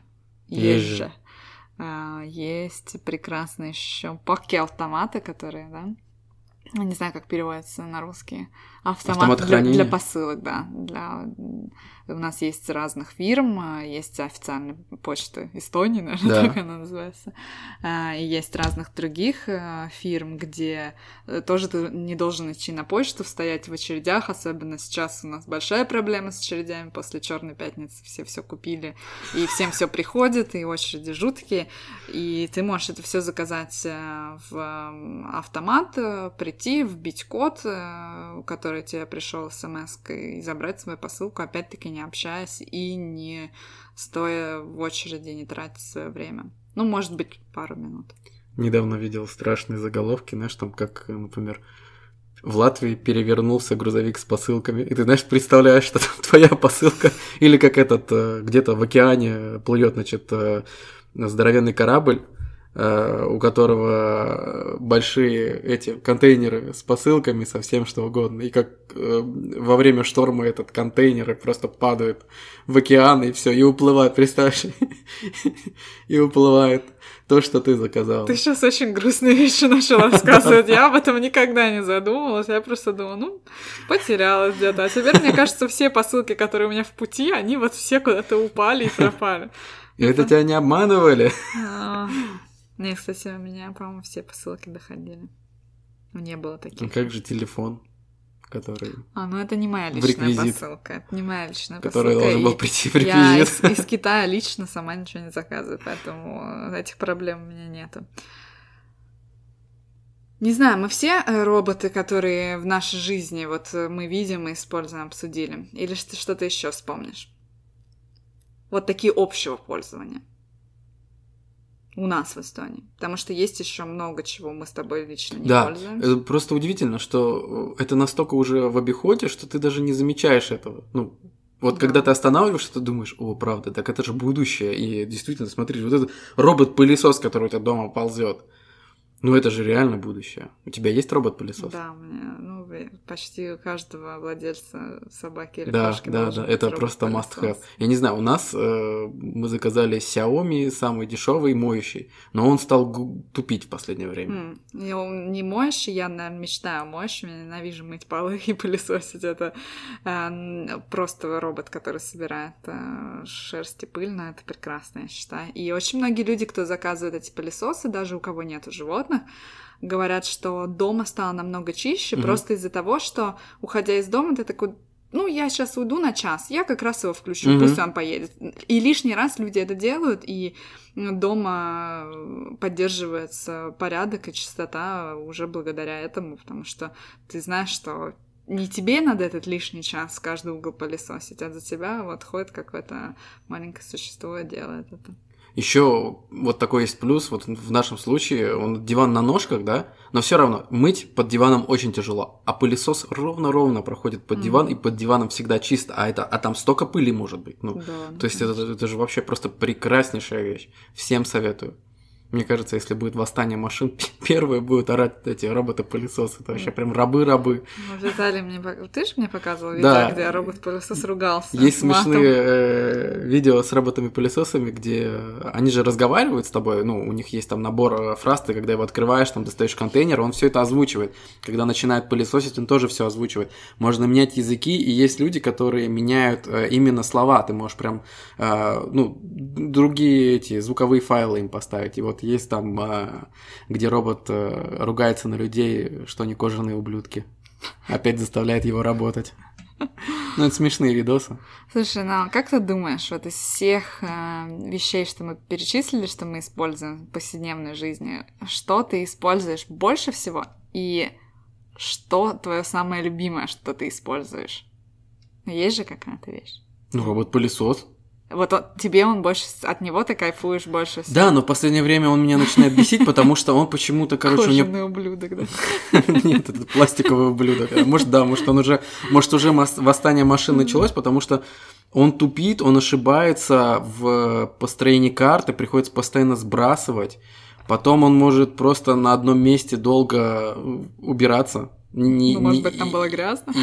Есть прекрасные еще пакки-автоматы, которые, да? Не знаю, как переводится на русский. Автомат для посылок, да. У нас есть разных фирм, есть официальная почта Эстонии, наверное, да. Так она называется. И есть разных других фирм, где тоже ты не должен идти на почту, стоять в очередях, особенно сейчас у нас большая проблема с очередями, после Черной пятницы все купили, и всем все приходит, и очереди жуткие, и ты можешь это все заказать в автомат, прийти, вбить код, который тебе пришел смс-кой, и забрать свою посылку, опять-таки не общаясь и не стоя в очереди, не тратить свое время. Ну, может быть, пару минут. Недавно видел страшные заголовки, знаешь, там как, например, в Латвии перевернулся грузовик с посылками, и ты, знаешь, представляешь, что там твоя посылка, или как где-то в океане плывет, значит, здоровенный корабль, у которого большие эти контейнеры с посылками, со всем что угодно. И как во время шторма этот контейнер просто падает в океан, и все, и уплывает, представляешь? И уплывает то, что ты заказала. Ты сейчас очень грустные вещи начала рассказывать. Я об этом никогда не задумывалась. Я просто думала, потерялась где-то. А теперь, мне кажется, все посылки, которые у меня в пути, они вот все куда-то упали и пропали. И это тебя не обманывали? Нет, кстати, у меня, по-моему, все посылки доходили. Не было таких. Ну как же телефон, который... это не моя личная посылка. Это не моя личная который посылка. Который должен был прийти в реквизит. Я из Китая лично сама ничего не заказываю, поэтому этих проблем у меня нету. Не знаю, мы все роботы, которые в нашей жизни вот мы видим и используем, обсудили? Или ты что-то еще вспомнишь? Вот такие общего пользования у нас в Эстонии. Потому что есть еще много чего мы с тобой лично не пользуемся. Да, просто удивительно, что это настолько уже в обиходе, что ты даже не замечаешь этого. Ну, вот когда ты останавливаешься, ты думаешь, о, правда, так это же будущее. И действительно, смотри, вот этот робот-пылесос, который у тебя дома ползет. Ну, это же реально будущее. У тебя есть робот-пылесос? Да, у меня, почти у каждого владельца собаки или да, кошки да, должен да, быть это просто робот-пылесос. must-have. Я не знаю, у нас мы заказали Xiaomi, самый дешевый моющий, но он стал тупить в последнее время. И он не моющий, я, наверное, мечтаю о моющем, я ненавижу мыть полы и пылесосить. Это просто робот, который собирает шерсть и пыль, но это прекрасно, я считаю. И очень многие люди, кто заказывает эти пылесосы, даже у кого нету животных, говорят, что дома стало намного чище, просто из-за того, что, уходя из дома, ты такой, я сейчас уйду на час, я как раз его включу, пусть он поедет. И лишний раз люди это делают, и дома поддерживается порядок и чистота уже благодаря этому, потому что ты знаешь, что не тебе надо этот лишний час каждый угол пылесосить, а за тебя вот ходит какое-то маленькое существо и делает это. Еще вот такой есть плюс, вот в нашем случае он диван на ножках, да, но все равно мыть под диваном очень тяжело, а пылесос ровно проходит под диван, и под диваном всегда чисто, а там столько пыли может быть, то есть это же вообще просто прекраснейшая вещь, всем советую. Мне кажется, если будет восстание машин, первые будут орать эти роботы-пылесосы. Это вообще прям рабы-рабы. Виталий, ты же мне показывал видео, где робот-пылесос ругался. Есть смешные видео с роботами-пылесосами, где они же разговаривают с тобой, у них есть там набор фраз, ты когда его открываешь, там достаешь контейнер, он все это озвучивает. Когда начинает пылесосить, он тоже все озвучивает. Можно менять языки, и есть люди, которые меняют именно слова. Ты можешь прям, другие эти звуковые файлы им поставить. И вот есть там, где робот ругается на людей, что они кожаные ублюдки. Опять заставляет его работать. Это смешные видосы. Слушай, как ты думаешь, вот из всех вещей, что мы перечислили, что мы используем в повседневной жизни, что ты используешь больше всего? И что твое самое любимое, что ты используешь? Есть же какая-то вещь? Робот-пылесос. Вот тебе он больше, от него ты кайфуешь больше всего. Да, но в последнее время он меня начинает бесить, потому что он почему-то, Кожаный ублюдок, да? Нет, это пластиковый ублюдок. Может, уже восстание машин началось, потому что он тупит, он ошибается в построении карты, приходится постоянно сбрасывать. Потом он может просто на одном месте долго убираться. Может быть, там было грязно?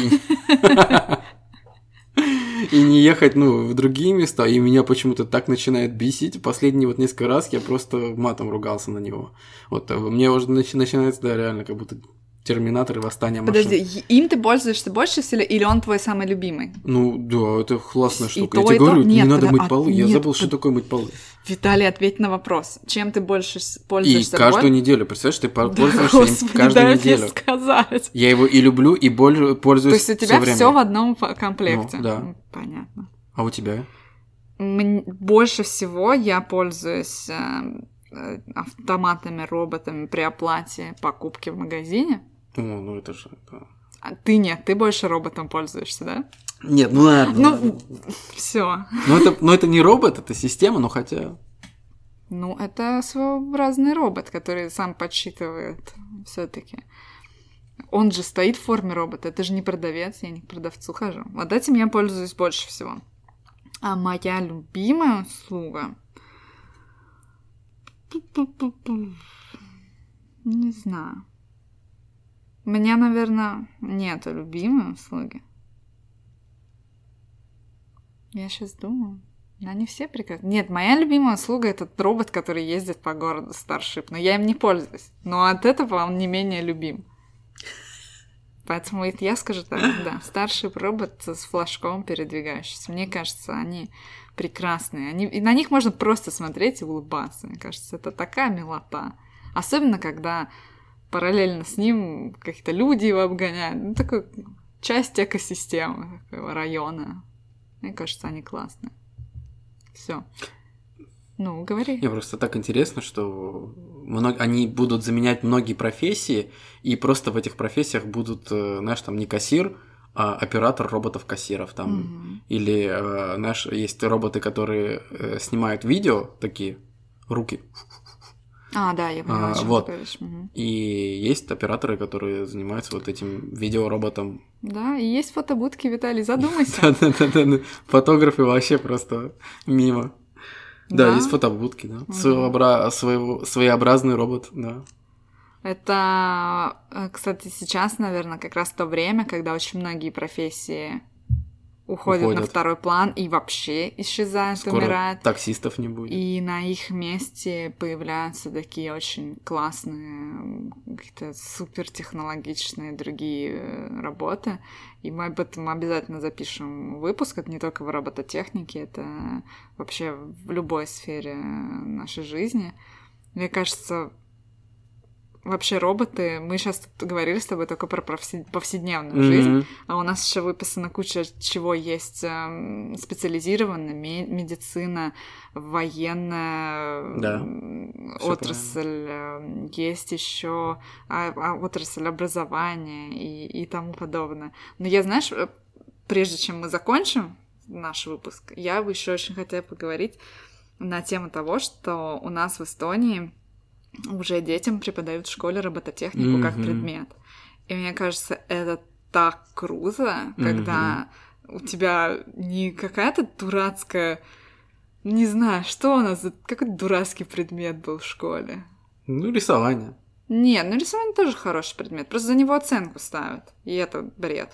И не ехать, в другие места, и меня почему-то так начинает бесить. Последние несколько раз я просто матом ругался на него. Мне уже начинается, да, реально, как будто Терминатор и Восстание машин. Подожди, им ты пользуешься больше всего, или он твой самый любимый? Да, это классная штука. Я тебе говорю, не надо мыть полы. Я забыл, что такое мыть полы. Виталий, ответь на вопрос. Чем ты больше пользуешься? И каждую неделю. Представляешь, ты пользуешься им каждую неделю. Сказать. Я его и люблю, и пользуюсь. То есть у тебя все в одном комплекте? Да. Понятно. А у тебя? Больше всего я пользуюсь автоматами, роботами при оплате покупки в магазине. Это же... А ты нет, ты больше роботом пользуешься, да? Нет, ладно. Все. Это не робот, это система, но хотя... это своеобразный робот, который сам подсчитывает все-таки. Он же стоит в форме робота, это же не продавец, я не к продавцу хожу. Вот этим я пользуюсь больше всего. А моя любимая услуга... Не знаю. У меня, наверное, нету любимой услуги. Я сейчас думаю. Они все прекрасны. Нет, моя любимая услуга — это робот, который ездит по городу, Starship. Но я им не пользуюсь. Но от этого он не менее любим. Поэтому я скажу так, да, Starship робот с флажком передвигающийся. Мне кажется, они прекрасные. И на них можно просто смотреть и улыбаться. Мне кажется, это такая милота. Особенно, когда параллельно с ним какие-то люди его обгоняют. Такой часть экосистемы, такого района. Мне кажется, они классные. Все. Ну, говори. Мне просто так интересно, что они будут заменять многие профессии, и просто в этих профессиях будут, знаешь, там не кассир, а оператор роботов-кассиров там. Или, знаешь, есть роботы, которые снимают видео, такие, руки. Да, я поняла, о чем вот. ты говоришь. И есть операторы, которые занимаются вот этим видеороботом. Да, и есть фотобудки, Виталий, задумайся. Да-да-да, фотографы вообще просто мимо. Да, есть фотобудки, да. Своеобразный робот, да. Это, кстати, сейчас, наверное, как раз то время, когда очень многие профессии уходят на второй план и вообще исчезают, скоро умирают. Таксистов не будет. И на их месте появляются такие очень классные, какие-то супертехнологичные другие работы. И мы об этом обязательно запишем выпуск. Это не только в робототехнике, это вообще в любой сфере нашей жизни. Мне кажется, вообще роботы, мы сейчас тут говорили с тобой только про повседневную жизнь, а у нас еще выписана куча чего есть специализированная медицина, военная отрасль, есть еще отрасль образования и тому подобное. Но я, знаешь, прежде чем мы закончим наш выпуск, я бы еще очень хотела поговорить на тему того, что у нас в Эстонии уже детям преподают в школе робототехнику как предмет. И мне кажется, это так круто, когда у тебя не какая-то дурацкая... Не знаю, что у нас за какой-то дурацкий предмет был в школе. Ну, рисование. Нет, ну рисование тоже хороший предмет. Просто за него оценку ставят. И это бред.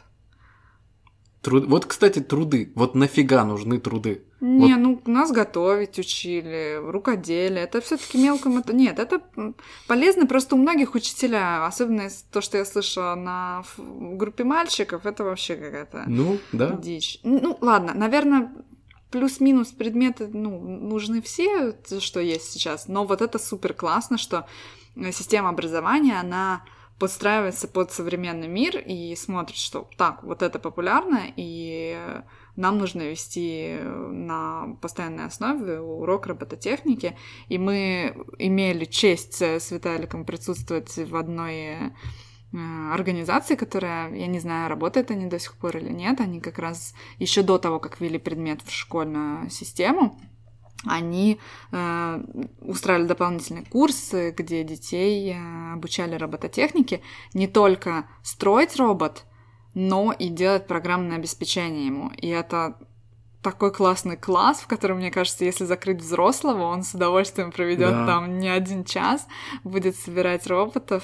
Вот, кстати, труды. Вот нафига нужны труды? Не, ну нас готовить учили, рукоделие. Это все-таки мелком это. Нет, это полезно просто у многих учителя. Особенно то, что я слышала на группе мальчиков, это вообще какая-то дичь. Ну, ладно, наверное, плюс-минус предметы нужны все, что есть сейчас. Но вот это супер классно, что система образования, она подстраивается под современный мир и смотрит, что так, вот это популярно, и нам нужно вести на постоянной основе урок робототехники. И мы имели честь с Виталиком присутствовать в одной организации, которая, я не знаю, работает они до сих пор или нет, они как раз еще до того, как ввели предмет в школьную систему, они устраивали дополнительные курсы, где детей обучали робототехнике не только строить робот, но и делать программное обеспечение ему. И это такой классный класс, в котором, мне кажется, если закрыть взрослого, он с удовольствием проведет там не один час, будет собирать роботов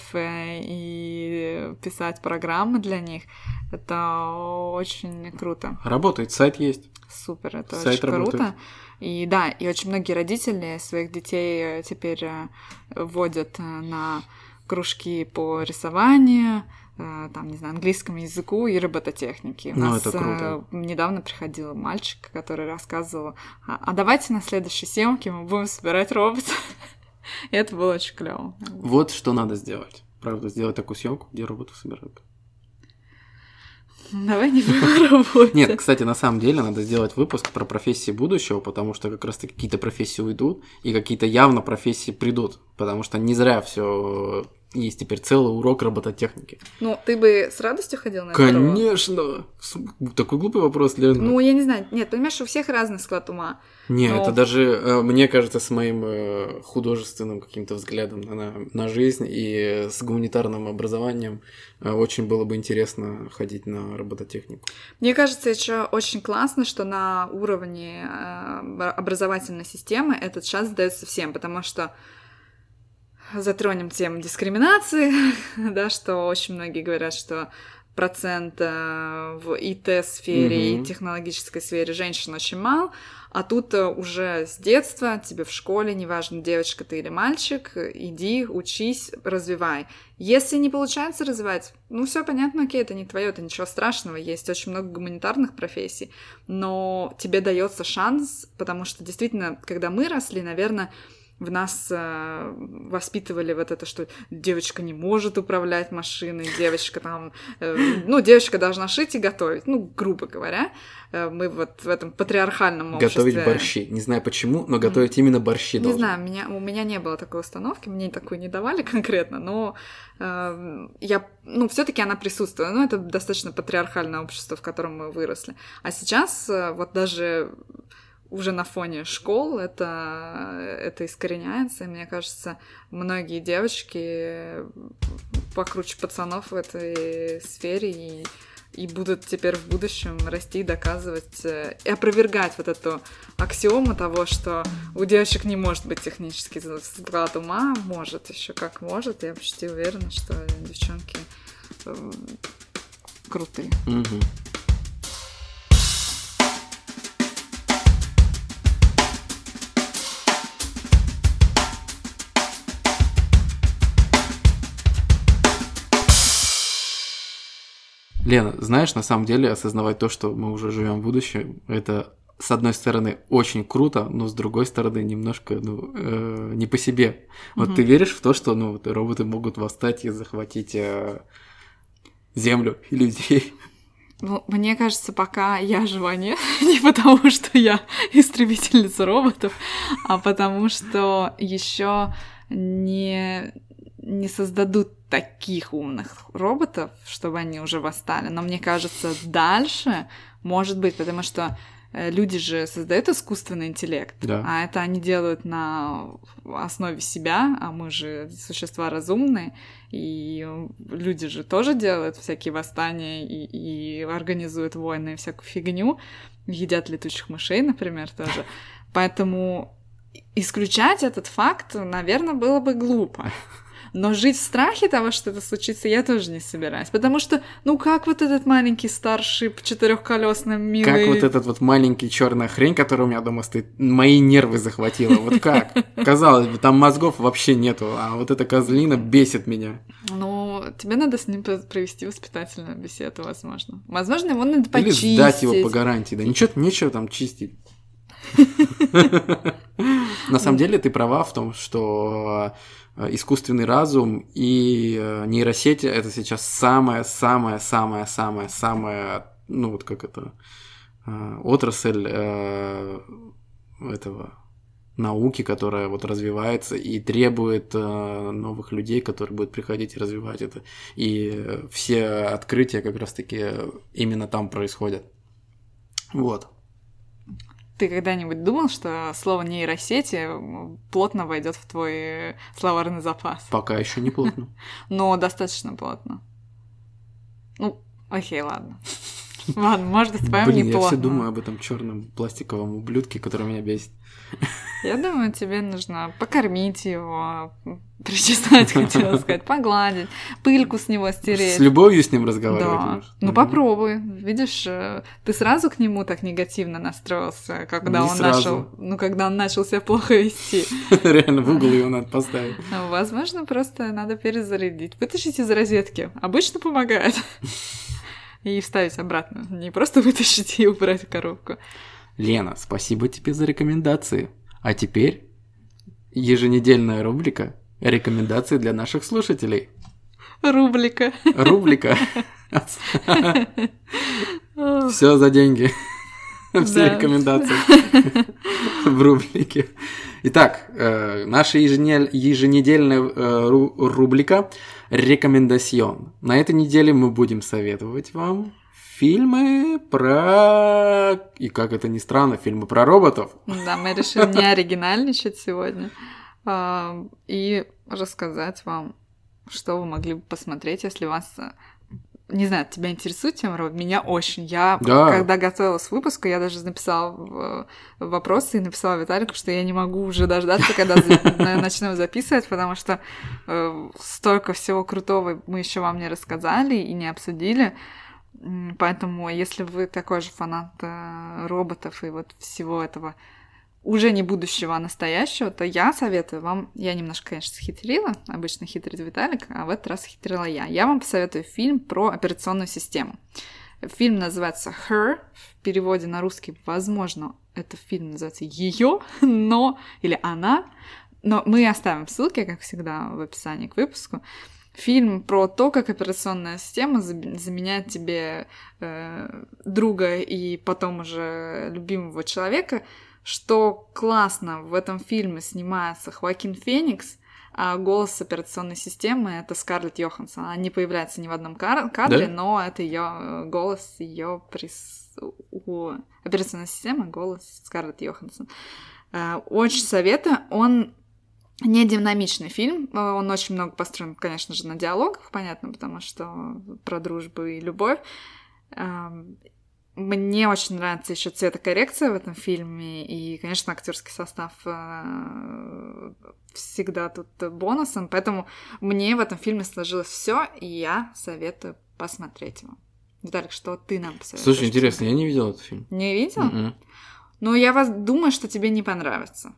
и писать программы для них. Это очень круто. Работает, сайт есть. Супер, это сайт очень работает. Круто. И да, и очень многие родители своих детей теперь вводят на кружки по рисованию, там, не знаю, английскому языку и робототехнике. У нас это круто. Недавно приходил мальчик, который рассказывал, а давайте на следующей съемке мы будем собирать робота. И это было очень клево. Вот что надо сделать. Правда, сделать такую съемку, где роботов собирают. Давай не будем работать. Нет, кстати, на самом деле надо сделать выпуск про профессии будущего, потому что как раз-таки какие-то профессии уйдут, и какие-то явно профессии придут, потому что не зря все есть теперь целый урок робототехники. Ну, ты бы с радостью ходил на это? Конечно! Такой глупый вопрос, Лена. Ну, я не знаю. Нет, понимаешь, у всех разный склад ума. Не, это даже, мне кажется, с моим художественным каким-то взглядом на жизнь и с гуманитарным образованием очень было бы интересно ходить на робототехнику. Мне кажется, еще очень классно, что на уровне образовательной системы этот шанс дается всем, потому что затронем тему дискриминации, да, что очень многие говорят, что процент в ИТ-сфере и технологической сфере женщин очень мал, а тут уже с детства тебе в школе, неважно, девочка ты или мальчик, иди, учись, развивай. Если не получается развивать, ну все понятно, окей, это не твое, это ничего страшного, есть очень много гуманитарных профессий, но тебе дается шанс, потому что действительно, когда мы росли, наверное, в нас воспитывали вот это, что девочка не может управлять машиной, девочка там, девочка должна шить и готовить, грубо говоря. Мы вот в этом патриархальном обществе... Готовить борщи. Не знаю почему, но готовить именно борщи должны. Не знаю, у меня не было такой установки, мне такой не давали конкретно, но все-таки она присутствует. Это достаточно патриархальное общество, в котором мы выросли. А сейчас вот даже уже на фоне школ это искореняется, и мне кажется, многие девочки покруче пацанов в этой сфере и будут теперь в будущем расти и доказывать, и опровергать вот эту аксиому того, что у девочек не может быть технический склад ума. Может, еще как может. Я почти уверена, что девчонки крутые. Угу. Лена, знаешь, на самом деле осознавать то, что мы уже живем в будущем, это, с одной стороны, очень круто, но с другой стороны, немножко, не по себе. Вот ты веришь в то, что, роботы могут восстать и захватить Землю и людей? Мне кажется, пока я жива, нет, не потому что я истребительница роботов, а потому что еще не создадут таких умных роботов, чтобы они уже восстали. Но мне кажется, дальше может быть, потому что люди же создают искусственный интеллект, да. А это они делают на основе себя, а мы же существа разумные, и люди же тоже делают всякие восстания и организуют войны и всякую фигню, едят летучих мышей, например, тоже. Поэтому исключать этот факт, наверное, было бы глупо. Но жить в страхе того, что это случится, я тоже не собираюсь. Потому что, как вот этот маленький старшип четырехколесный милый... Как вот этот вот маленький черная хрень, которая у меня дома стоит, мои нервы захватила. Вот как? Казалось бы, там мозгов вообще нету, а вот эта козлина бесит меня. Тебе надо с ним провести воспитательную беседу, возможно. Возможно, его надо почистить. Или сдать его по гарантии. Да нечего там чистить. На самом деле ты права в том, что искусственный разум и нейросети — это сейчас самая отрасль этого науки, которая вот развивается и требует новых людей, которые будут приходить и развивать это. И все открытия как раз-таки именно там происходят. Вот. Ты когда-нибудь думал, что слово нейросети плотно войдет в твой словарный запас? Пока еще не плотно. Но достаточно плотно. Окей, ладно. Ладно, может, в твоем не плотно. Я все думаю об этом черном пластиковом ублюдке, который меня бесит. Я думаю, тебе нужно покормить его, причесать, хотела сказать, погладить, пыльку с него стереть. С любовью с ним разговаривать? Да. Попробуй. Видишь, ты сразу к нему так негативно настроился, когда он начал себя плохо вести. Реально, в угол его надо поставить. Возможно, просто надо перезарядить. Вытащить из розетки. Обычно помогает. И вставить обратно. Не просто вытащить и убрать в коробку. Лена, спасибо тебе за рекомендации. А теперь еженедельная рубрика «Рекомендации для наших слушателей». Рубрика. Все за деньги. Все рекомендации в рубрике. Итак, наша еженедельная рубрика «Рекомендацион». На этой неделе мы будем советовать вам фильмы про... И как это ни странно, фильмы про роботов. Да, мы решили не оригинальничать сегодня. И рассказать вам, что вы могли бы посмотреть, если вас... Не знаю, тебя интересует тема роботов? Меня очень. Когда готовилась к выпуску, я даже написала вопросы и написала Виталику, что я не могу уже дождаться, когда начнем записывать, потому что столько всего крутого мы еще вам не рассказали и не обсудили. Поэтому, если вы такой же фанат роботов и вот всего этого уже не будущего, а настоящего, то я советую вам... Я немножко, конечно, схитрила. Обычно хитрит Виталик, а в этот раз хитрила я. Я вам посоветую фильм про операционную систему. Фильм называется Her. В переводе на русский, возможно, этот фильм называется Ее, но... Или Она. Но мы оставим ссылки, как всегда, в описании к выпуску. Фильм про то, как операционная система заменяет тебе друга и потом уже любимого человека. Что классно, в этом фильме снимается Хоакин Феникс, а голос операционной системы — это Скарлетт Йоханссон. Она не появляется ни в одном кадре, да? Но это ее голос, ее операционная система, голос Скарлетт Йоханссон. Очень советую. Он не динамичный фильм, он очень много построен, конечно же, на диалогах, понятно, потому что про дружбу и любовь. Мне очень нравится еще цветокоррекция в этом фильме, и, конечно, актерский состав всегда тут бонусом, поэтому мне в этом фильме сложилось все, и я советую посмотреть его. Виталик, что ты нам посоветуешь? Слушай, интересно, я не видел этот фильм. Не видел? Ну, я думаю, что тебе не понравится.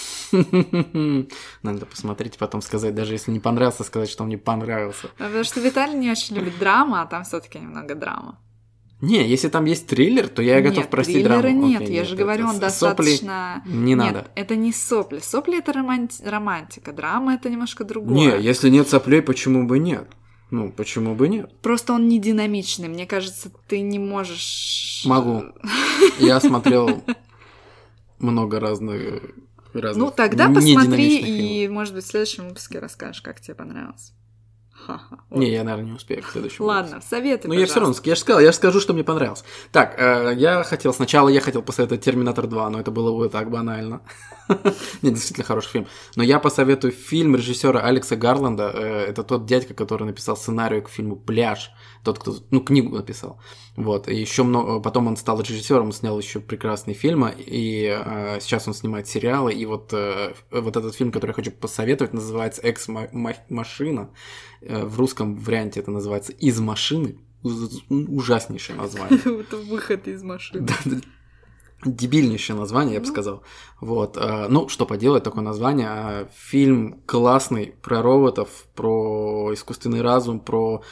Надо посмотреть, потом сказать, даже если не понравился, сказать, что он мне понравился. Потому что Виталий не очень любит драму, а там все-таки немного драмы. Не, если там есть триллер, то я готов простить драму. Нет, я же говорю, он достаточно... Не надо. Нет, это не сопли. Сопли — это романтика, драма — это немножко другое. Не, если нет соплей, почему бы нет? Ну, почему бы нет? Просто он не динамичный. Мне кажется, ты не можешь... Могу. Я смотрел много разных Ну, тогда посмотри, и, может быть, в следующем выпуске расскажешь, как тебе понравилось. Вот. Не, я, наверное, не успею к следующему. Ладно, советы, Ну, я все равно, я же скажу, что мне понравилось. Так, сначала я хотел посоветовать «Терминатор 2», но это было бы так банально. Нет, действительно хороший фильм. Но я посоветую фильм режиссера Алекса Гарланда. Это тот дядька, который написал сценарий к фильму «Пляж». Тот, кто, книгу написал. Вот, и еще потом он стал режиссером, он снял еще прекрасные фильмы, и сейчас он снимает сериалы, и вот этот фильм, который я хочу посоветовать, называется «Экс-машина». В русском варианте это называется «Из машины». Ужаснейшее название. Это выход из машины. Дебильнейшее название, я бы сказал. Вот. Ну, что поделать, такое название. Фильм классный про роботов, про искусственный разум, про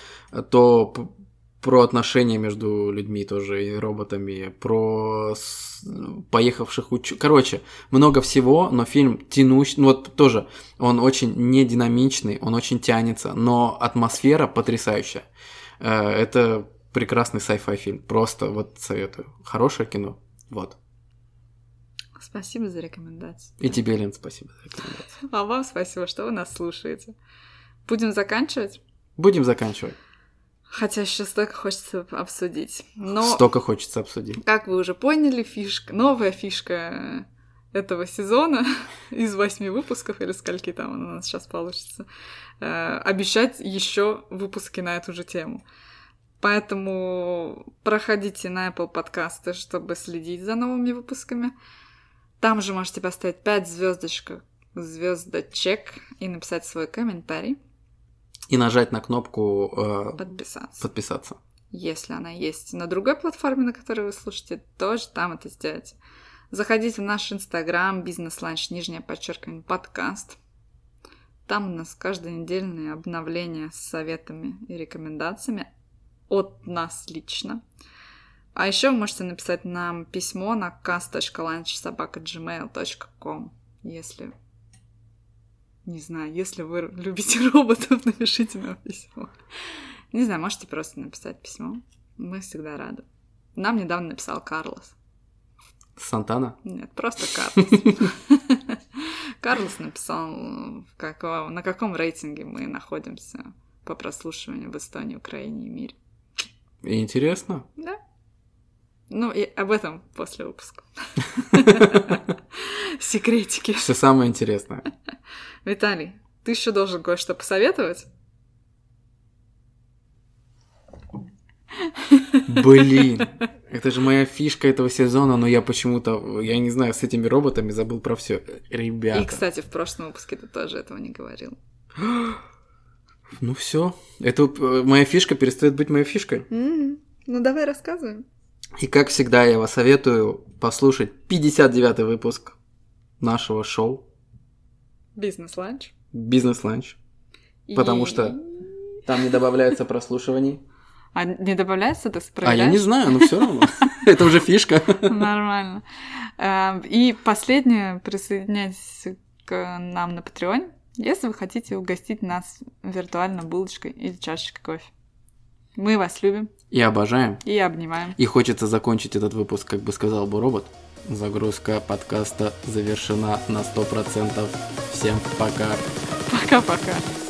отношения между людьми тоже и роботами, про поехавших Короче, много всего, но фильм тянущий. Ну, вот тоже, он очень не динамичный, он очень тянется, но атмосфера потрясающая. Это прекрасный sci-fi фильм. Просто вот советую. Хорошее кино. Вот. Спасибо за рекомендацию. И тебе, Лен, спасибо за рекомендацию. А вам спасибо, что вы нас слушаете. Будем заканчивать? Будем заканчивать. Хотя еще столько хочется обсудить. Но, столько хочется обсудить. Как вы уже поняли, новая фишка этого сезона из 8 выпусков, или скольки там у нас сейчас получится, обещать еще выпуски на эту же тему. Поэтому проходите на Apple подкасты, чтобы следить за новыми выпусками. Там же можете поставить 5 звездочек и написать свой комментарий. И нажать на кнопку «Подписаться». Если она есть на другой платформе, на которой вы слушаете, тоже там это сделайте. Заходите в наш Инстаграм, бизнес-ланч, _ подкаст. Там у нас каждонедельные обновления с советами и рекомендациями от нас лично. А еще вы можете написать нам письмо на cast.lunch@gmail.com. Если вы любите роботов, напишите нам письмо. Не знаю, можете просто написать письмо. Мы всегда рады. Нам недавно написал Карлос. Сантана? Нет, просто Карлос. Карлос написал, на каком рейтинге мы находимся по прослушиванию в Эстонии, Украине и мире. Интересно. Да. Ну, и об этом после выпуска. Секретики. Все самое интересное. Виталий, ты еще должен кое-что посоветовать? Блин, это же моя фишка этого сезона, но я почему-то, я не знаю, с этими роботами забыл про все. Ребята. И, кстати, в прошлом выпуске ты тоже этого не говорил. Ну все, это моя фишка перестает быть моей фишкой. Ну давай рассказывай. И как всегда я вас советую послушать 59-й выпуск нашего шоу Бизнес-ланч. Бизнес-ланч. Потому что там не добавляется прослушиваний. А не добавляется, ты А проверяешь? я не знаю, но все равно. Это уже фишка. Нормально. И последнее, присоединяйтесь к нам на Patreon, если вы хотите угостить нас виртуально булочкой или чашечкой кофе. Мы вас любим. И обожаем. И обнимаем. И хочется закончить этот выпуск, как бы сказал бы робот. Загрузка подкаста завершена на 100%. Всем пока. Пока-пока.